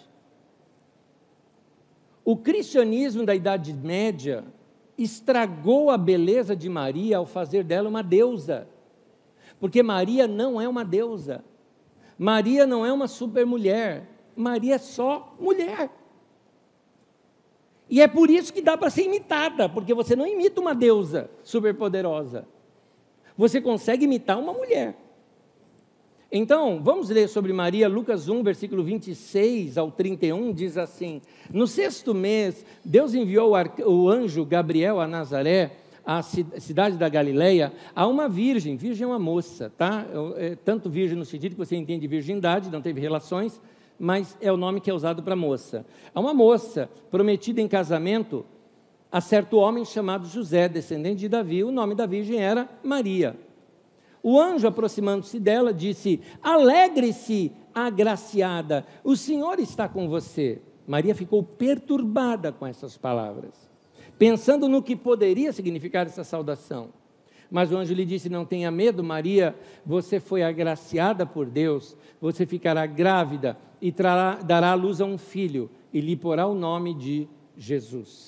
O cristianismo da Idade Média estragou a beleza de Maria ao fazer dela uma deusa. Porque Maria não é uma deusa. Maria não é uma supermulher, Maria é só mulher. E é por isso que dá para ser imitada, porque você não imita uma deusa superpoderosa. Você consegue imitar uma mulher. Então, vamos ler sobre Maria, Lucas 1, versículo 26 ao 31, diz assim: no 6º mês, Deus enviou o anjo Gabriel a Nazaré, a cidade da Galileia, a uma virgem é uma moça, tá? Tanto virgem no sentido que você entende virgindade, não teve relações, mas é o nome que é usado para moça. A uma moça prometida em casamento a certo homem chamado José, descendente de Davi, o nome da virgem era Maria. O anjo, aproximando-se dela, disse: alegre-se, agraciada, o Senhor está com você. Maria ficou perturbada com essas palavras, pensando no que poderia significar essa saudação. Mas o anjo lhe disse: não tenha medo, Maria, você foi agraciada por Deus, você ficará grávida e dará à luz a um filho, e lhe porá o nome de Jesus.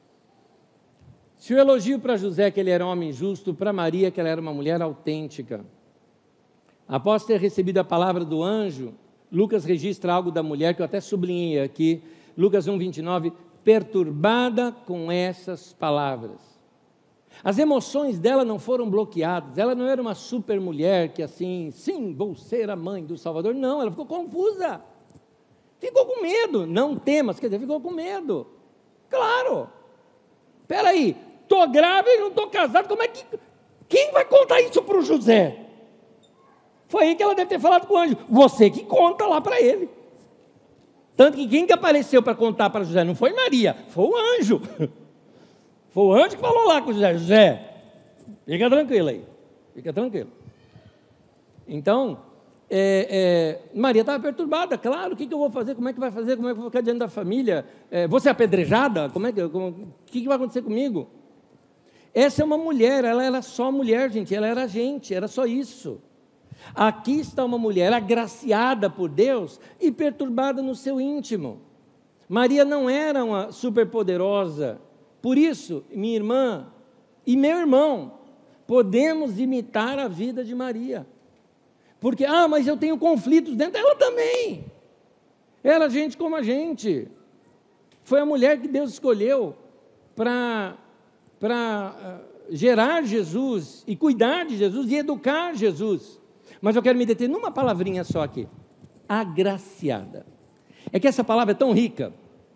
Se o elogio para José que ele era um homem justo, para Maria que ela era uma mulher autêntica. Após ter recebido a palavra do anjo, Lucas registra algo da mulher que eu até sublinhei aqui, Lucas 1, 29, perturbada com essas palavras. As emoções dela não foram bloqueadas, ela não era uma super mulher que assim, sim, vou ser a mãe do Salvador, não, ela ficou confusa, ficou com medo, não temas, quer dizer, ficou com medo, claro, espera aí, estou grávida e não estou casada, como é que, quem vai contar isso para o José? Foi aí que ela deve ter falado com o anjo, você que conta lá para ele. Tanto que quem que apareceu para contar para José não foi Maria, foi o anjo. Foi o anjo que falou lá com José: José, fica tranquilo aí, fica tranquilo. Então, Maria estava perturbada, claro, o que eu vou fazer, como é que vai fazer, como é que eu vou ficar diante da família, vou ser apedrejada, o que vai acontecer comigo? Essa é uma mulher, ela era só mulher, gente, ela era gente, era só isso. Aqui está uma mulher agraciada por Deus e perturbada no seu íntimo. Maria não era uma superpoderosa. Por isso, minha irmã e meu irmão, podemos imitar a vida de Maria. Porque, mas eu tenho conflitos dentro dela também. Era gente como a gente. Foi a mulher que Deus escolheu para gerar Jesus, e cuidar de Jesus, e educar Jesus. Mas eu quero me deter numa palavrinha só aqui: agraciada. É que essa palavra é tão rica,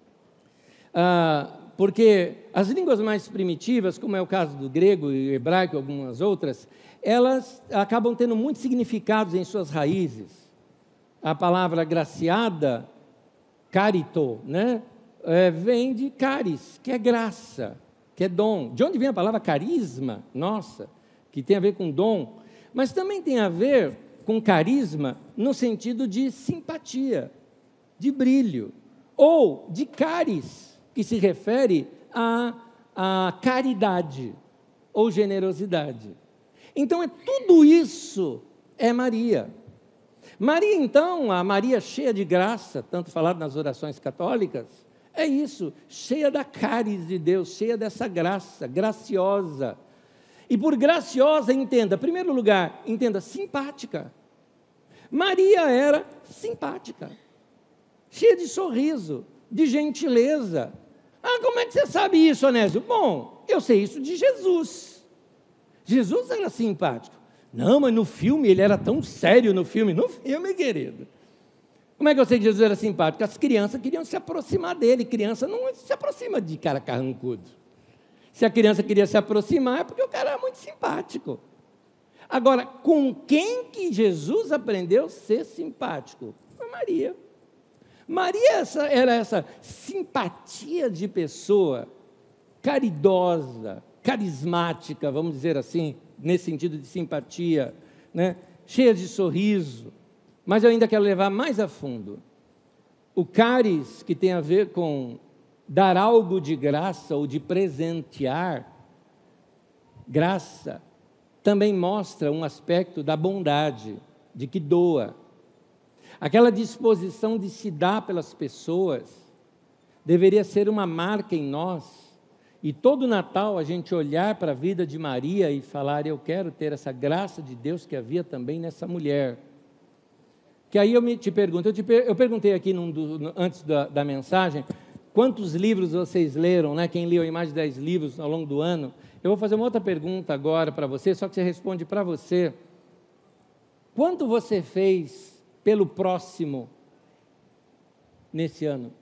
porque as línguas mais primitivas, como é o caso do grego e hebraico e algumas outras, elas acabam tendo muitos significados em suas raízes. A palavra agraciada, carito, né? Vem de caris, que é graça, que é dom. De onde vem a palavra carisma? Nossa, que tem a ver com dom, mas também tem a ver com carisma no sentido de simpatia, de brilho, ou de caris, que se refere à caridade ou generosidade. Então, tudo isso é Maria. Maria, então, a Maria cheia de graça, tanto falado nas orações católicas, é isso, cheia da caris de Deus, cheia dessa graça, graciosa. E por graciosa, entenda, em primeiro lugar, entenda, simpática. Maria era simpática, cheia de sorriso, de gentileza. Como é que você sabe isso, Onésio? Bom, eu sei isso de Jesus. Jesus era simpático. Não, mas no filme, ele era tão sério no filme, querido. Como é que eu sei que Jesus era simpático? As crianças queriam se aproximar dele. Criança não se aproxima de cara carrancudo. Se a criança queria se aproximar, é porque o cara era muito simpático. Agora, com quem que Jesus aprendeu a ser simpático? Com Maria. Maria era essa simpatia de pessoa, caridosa, carismática, vamos dizer assim, nesse sentido de simpatia, né? Cheia de sorriso. Mas eu ainda quero levar mais a fundo. O caris, que tem a ver com dar algo de graça ou de presentear, graça, também mostra um aspecto da bondade, de que doa. Aquela disposição de se dar pelas pessoas deveria ser uma marca em nós. E todo Natal a gente olhar para a vida de Maria e falar: eu quero ter essa graça de Deus que havia também nessa mulher. Que aí eu te pergunto, eu perguntei aqui antes da mensagem, quantos livros vocês leram, né? Quem leu mais de 10 livros ao longo do ano. Eu vou fazer uma outra pergunta agora para você, só que você responde para você. Quanto você fez pelo próximo nesse ano?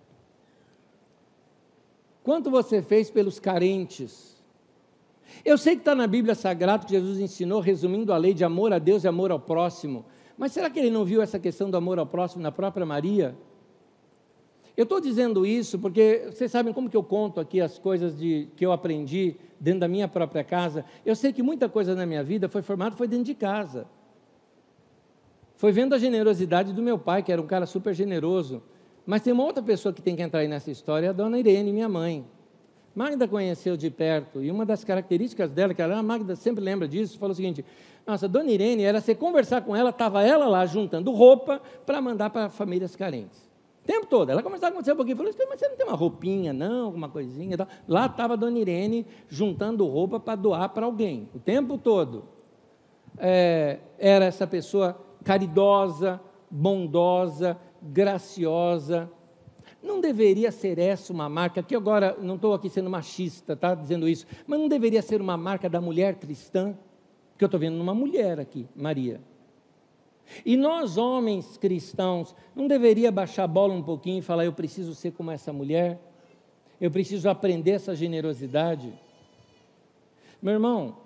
Quanto você fez pelos carentes? Eu sei que está na Bíblia Sagrada que Jesus ensinou, resumindo a lei de amor a Deus e amor ao próximo, mas será que ele não viu essa questão do amor ao próximo na própria Maria? Eu estou dizendo isso porque vocês sabem como que eu conto aqui as coisas que eu aprendi dentro da minha própria casa. Eu sei que muita coisa na minha vida foi dentro de casa. Foi vendo a generosidade do meu pai, que era um cara super generoso. Mas tem uma outra pessoa que tem que entrar aí nessa história, é a dona Irene, minha mãe. Magda conheceu de perto, e uma das características dela, que a Magda sempre lembra disso, falou o seguinte: nossa, dona Irene, era você conversar com ela, estava ela lá juntando roupa para mandar para famílias carentes. O tempo todo, ela começava a conversar um pouquinho, falou: mas você não tem uma roupinha, não, alguma coisinha? Tal. Lá estava a dona Irene juntando roupa para doar para alguém, o tempo todo. Era essa pessoa caridosa, bondosa, graciosa. Não deveria ser essa uma marca, que agora não estou aqui sendo machista, tá, dizendo isso, mas não deveria ser uma marca da mulher cristã, porque eu estou vendo uma mulher aqui, Maria. E nós, homens cristãos, não deveria baixar a bola um pouquinho e falar: eu preciso ser como essa mulher, eu preciso aprender essa generosidade. Meu irmão,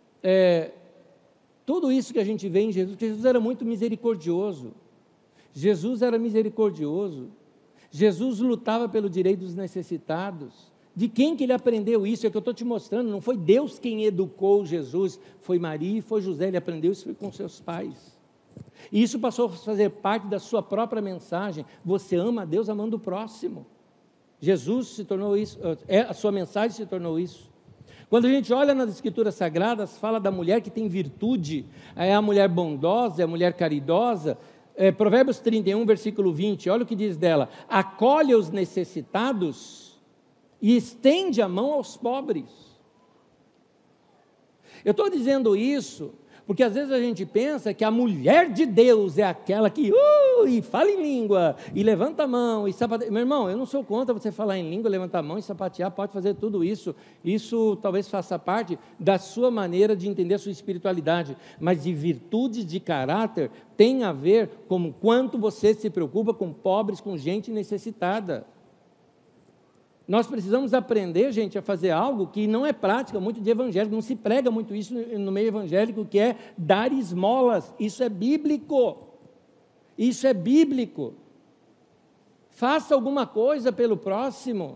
tudo isso que a gente vê em Jesus, porque Jesus era muito misericordioso. Jesus era misericordioso. Jesus lutava pelo direito dos necessitados. De quem que ele aprendeu isso? É o que eu estou te mostrando. Não foi Deus quem educou Jesus, foi Maria e foi José. Ele aprendeu isso foi com seus pais. E isso passou a fazer parte da sua própria mensagem. Você ama a Deus amando o próximo. Jesus se tornou isso, a sua mensagem se tornou isso. Quando a gente olha nas Escrituras Sagradas, fala da mulher que tem virtude, é a mulher bondosa, é a mulher caridosa. Provérbios 31, versículo 20, olha o que diz dela: acolhe os necessitados e estende a mão aos pobres. Eu estou dizendo isso Porque às vezes a gente pensa que a mulher de Deus é aquela que e fala em língua, e levanta a mão, e sapateia. Meu irmão, eu não sou contra você falar em língua, levantar a mão e sapatear, pode fazer tudo isso. Isso talvez faça parte da sua maneira de entender a sua espiritualidade. Mas de virtudes de caráter tem a ver com quanto você se preocupa com pobres, com gente necessitada. Nós precisamos aprender, gente, a fazer algo que não é prática muito de evangélico, não se prega muito isso no meio evangélico, que é dar esmolas. Isso é bíblico. Isso é bíblico. Faça alguma coisa pelo próximo.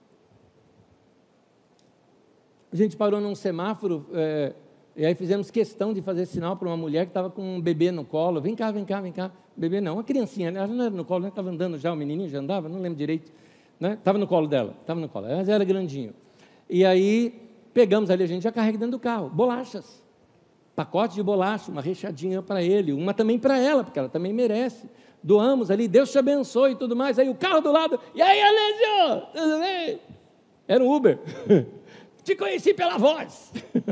A gente parou num semáforo, e aí fizemos questão de fazer sinal para uma mulher que estava com um bebê no colo. Vem cá, vem cá, vem cá. Bebê não, uma criancinha, ela não era no colo, estava andando já, o menininho já andava, não lembro direito. Estava no colo dela, mas era grandinho. E aí, pegamos ali, a gente já carrega dentro do carro, bolachas, pacote de bolacha, uma rechadinha para ele, uma também para ela, porque ela também merece. Doamos ali, Deus te abençoe e tudo mais. Aí o carro do lado, e aí, Alessio, tudo bem? Era um Uber, te conheci pela voz.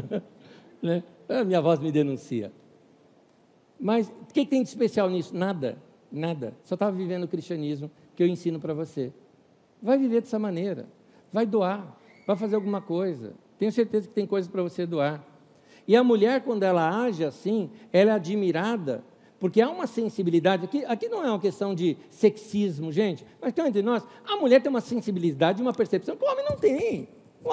A minha voz me denuncia. Mas o que tem de especial nisso? Nada, só estava vivendo o cristianismo que eu ensino para você. Vai viver dessa maneira, vai doar, vai fazer alguma coisa. Tenho certeza que tem coisas para você doar. E a mulher, quando ela age assim, ela é admirada, porque há uma sensibilidade. Aqui não é uma questão de sexismo, gente, mas então, entre nós, a mulher tem uma sensibilidade, uma percepção que o homem não tem. O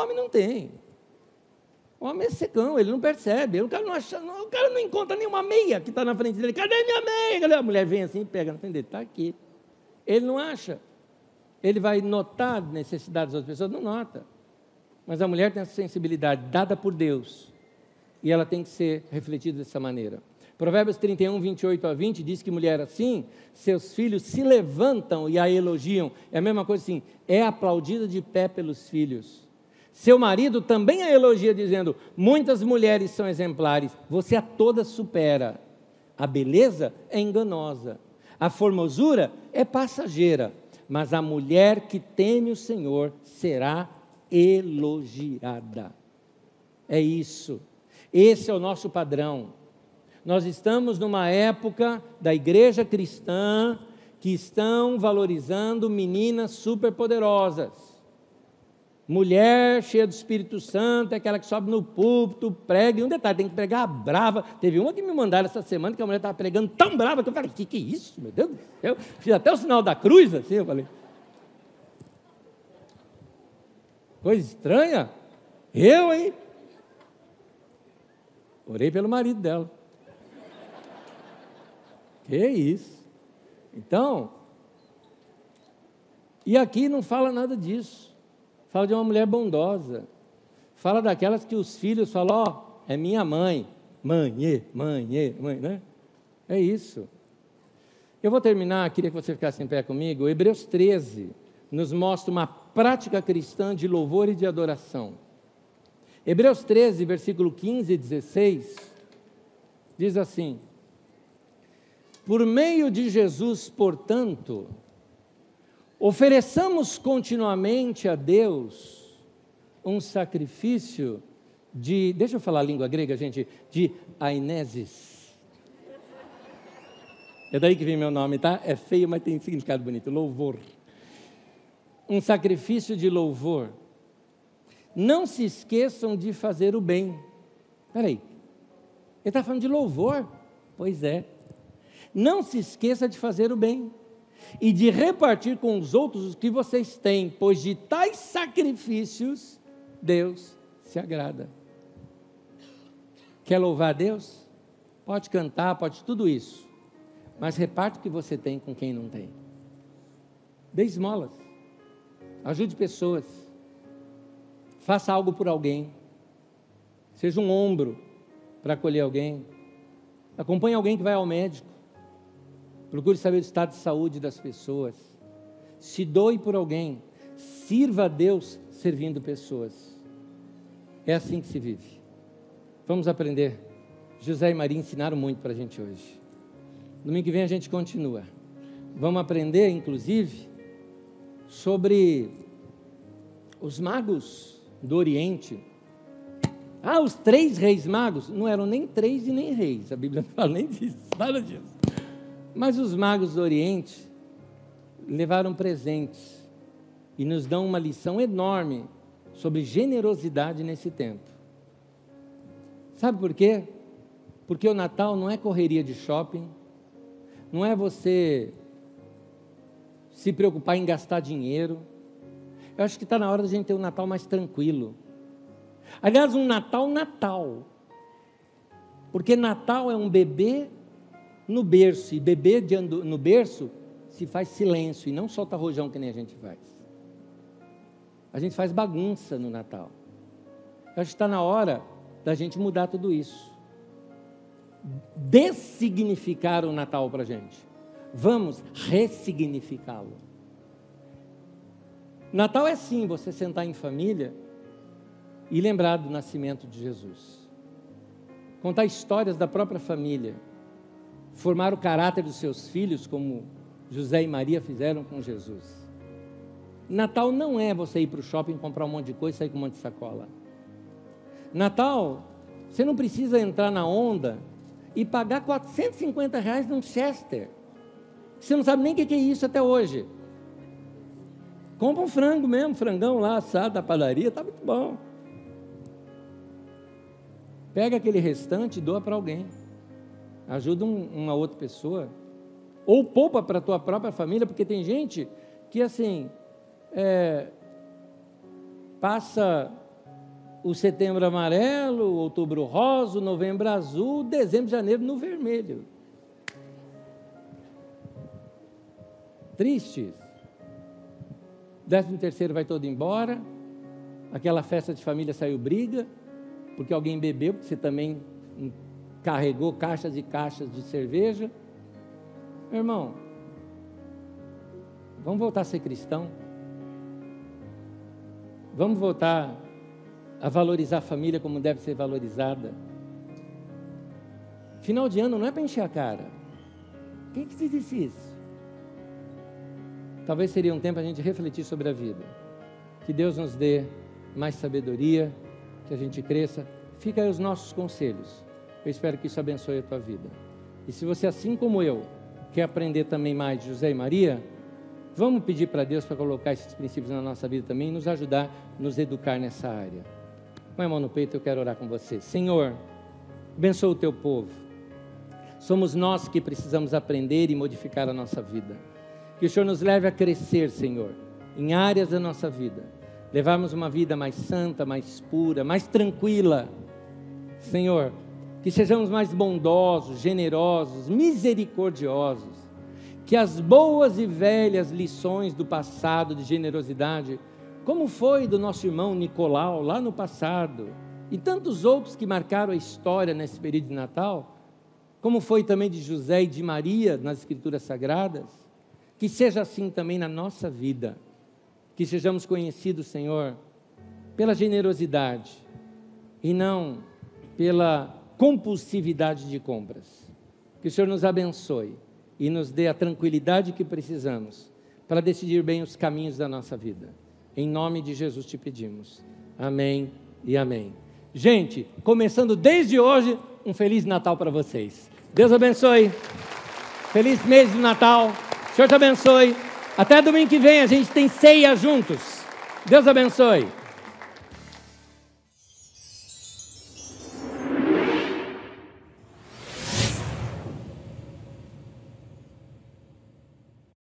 homem é secão, ele não percebe. O cara não encontra nenhuma meia que está na frente dele. Cadê minha meia? A mulher vem assim e pega na frente dele, está aqui. Ele não acha. Ele vai notar as necessidades das pessoas? Não nota. Mas a mulher tem essa sensibilidade dada por Deus. E ela tem que ser refletida dessa maneira. Provérbios 31, 28 a 20 diz que mulher assim, seus filhos se levantam e a elogiam. É a mesma coisa assim, é aplaudida de pé pelos filhos. Seu marido também a elogia dizendo, muitas mulheres são exemplares, você a todas supera. A beleza é enganosa, a formosura é passageira. Mas a mulher que teme o Senhor será elogiada. É isso. Esse é o nosso padrão. Nós estamos numa época da igreja cristã que estão valorizando meninas superpoderosas. Mulher cheia do Espírito Santo, é aquela que sobe no púlpito, prega. E um detalhe, tem que pregar brava. Teve uma que me mandaram essa semana que a mulher estava pregando tão brava que eu falei, que é isso, meu Deus do céu? Fiz até o sinal da cruz, assim, eu falei. Coisa estranha. Eu, hein? Orei pelo marido dela. Que isso? Então, e aqui não fala nada disso. Fala de uma mulher bondosa. Fala daquelas que os filhos falam, é minha mãe. Mãe, né? É isso. Eu vou terminar, queria que você ficasse em pé comigo. Hebreus 13 nos mostra uma prática cristã de louvor e de adoração. Hebreus 13, versículo 15 e 16, diz assim, por meio de Jesus, portanto, ofereçamos continuamente a Deus um sacrifício de, deixa eu falar a língua grega, gente, de ainesis. É daí que vem meu nome, tá? É feio, mas tem significado bonito, louvor. Um sacrifício de louvor. Não se esqueçam de fazer o bem. Espera aí, ele está falando de louvor? Pois é. Não se esqueça de fazer o bem e de repartir com os outros os que vocês têm, pois de tais sacrifícios Deus se agrada. Quer louvar a Deus? Pode cantar, pode tudo isso, mas reparte o que você tem com quem não tem. Dê esmolas, ajude pessoas, faça algo por alguém, seja um ombro para acolher alguém, acompanhe alguém que vai ao médico, procure saber o estado de saúde das pessoas, se doe por alguém, sirva a Deus servindo pessoas. É assim que se vive. Vamos aprender. José e Maria ensinaram muito para a gente hoje. Domingo que vem a gente continua. Vamos aprender, inclusive, sobre os magos do Oriente. Ah, os 3 reis magos? Não eram nem 3 e nem reis, a Bíblia não fala nem disso, nada disso. Mas os magos do Oriente levaram presentes e nos dão uma lição enorme sobre generosidade nesse tempo. Sabe por quê? Porque o Natal não é correria de shopping, não é você se preocupar em gastar dinheiro. Eu acho que está na hora da gente ter um Natal mais tranquilo. Aliás, um Natal. Porque Natal é um bebê no berço, e bebê no berço se faz silêncio, e não solta rojão que nem a gente faz. A gente faz bagunça no Natal. Eu acho que está na hora da gente mudar tudo isso. Dessignificar o Natal para a gente. Vamos ressignificá-lo. Natal é sim você sentar em família e lembrar do nascimento de Jesus. Contar histórias da própria família. Formar o caráter dos seus filhos, como José e Maria fizeram com Jesus. Natal não é você ir para o shopping, comprar um monte de coisa e sair com um monte de sacola. Natal, você não precisa entrar na onda e pagar R$450 num Chester. Você não sabe nem o que é isso até hoje. Compra um frango mesmo, frangão lá assado da padaria, está muito bom. Pega aquele restante e doa para alguém. Ajuda uma outra pessoa. Ou poupa para a tua própria família, porque tem gente que assim, passa o setembro amarelo, o outubro rosa, o novembro azul, dezembro, janeiro no vermelho. Tristes. 13º vai todo embora, aquela festa de família saiu briga, porque alguém bebeu, porque você também carregou caixas e caixas de cerveja. Meu irmão, vamos voltar a ser cristão? Vamos voltar a valorizar a família como deve ser valorizada? Final de ano não é para encher a cara. Quem que te disse isso? Talvez seria um tempo a gente refletir sobre a vida. Que Deus nos dê mais sabedoria, que a gente cresça. Fica aí os nossos conselhos. Eu espero que isso abençoe a tua vida. E se você, assim como eu, quer aprender também mais de José e Maria, vamos pedir para Deus para colocar esses princípios na nossa vida também e nos ajudar, nos educar nessa área. Põe a mão no peito, eu quero orar com você. Senhor, abençoa o teu povo. Somos nós que precisamos aprender e modificar a nossa vida. Que o Senhor nos leve a crescer, Senhor, em áreas da nossa vida. Levarmos uma vida mais santa, mais pura, mais tranquila. Senhor, que sejamos mais bondosos, generosos, misericordiosos. Que as boas e velhas lições do passado de generosidade, como foi do nosso irmão Nicolau lá no passado, e tantos outros que marcaram a história nesse período de Natal, como foi também de José e de Maria nas Escrituras Sagradas, que seja assim também na nossa vida, que sejamos conhecidos, Senhor, pela generosidade e não pela compulsividade de compras. Que o Senhor nos abençoe e nos dê a tranquilidade que precisamos para decidir bem os caminhos da nossa vida. Em nome de Jesus te pedimos. Amém e amém. Gente, começando desde hoje, um Feliz Natal para vocês. Deus abençoe. Feliz mês de Natal. O Senhor te abençoe. Até domingo que vem a gente tem ceia juntos. Deus abençoe.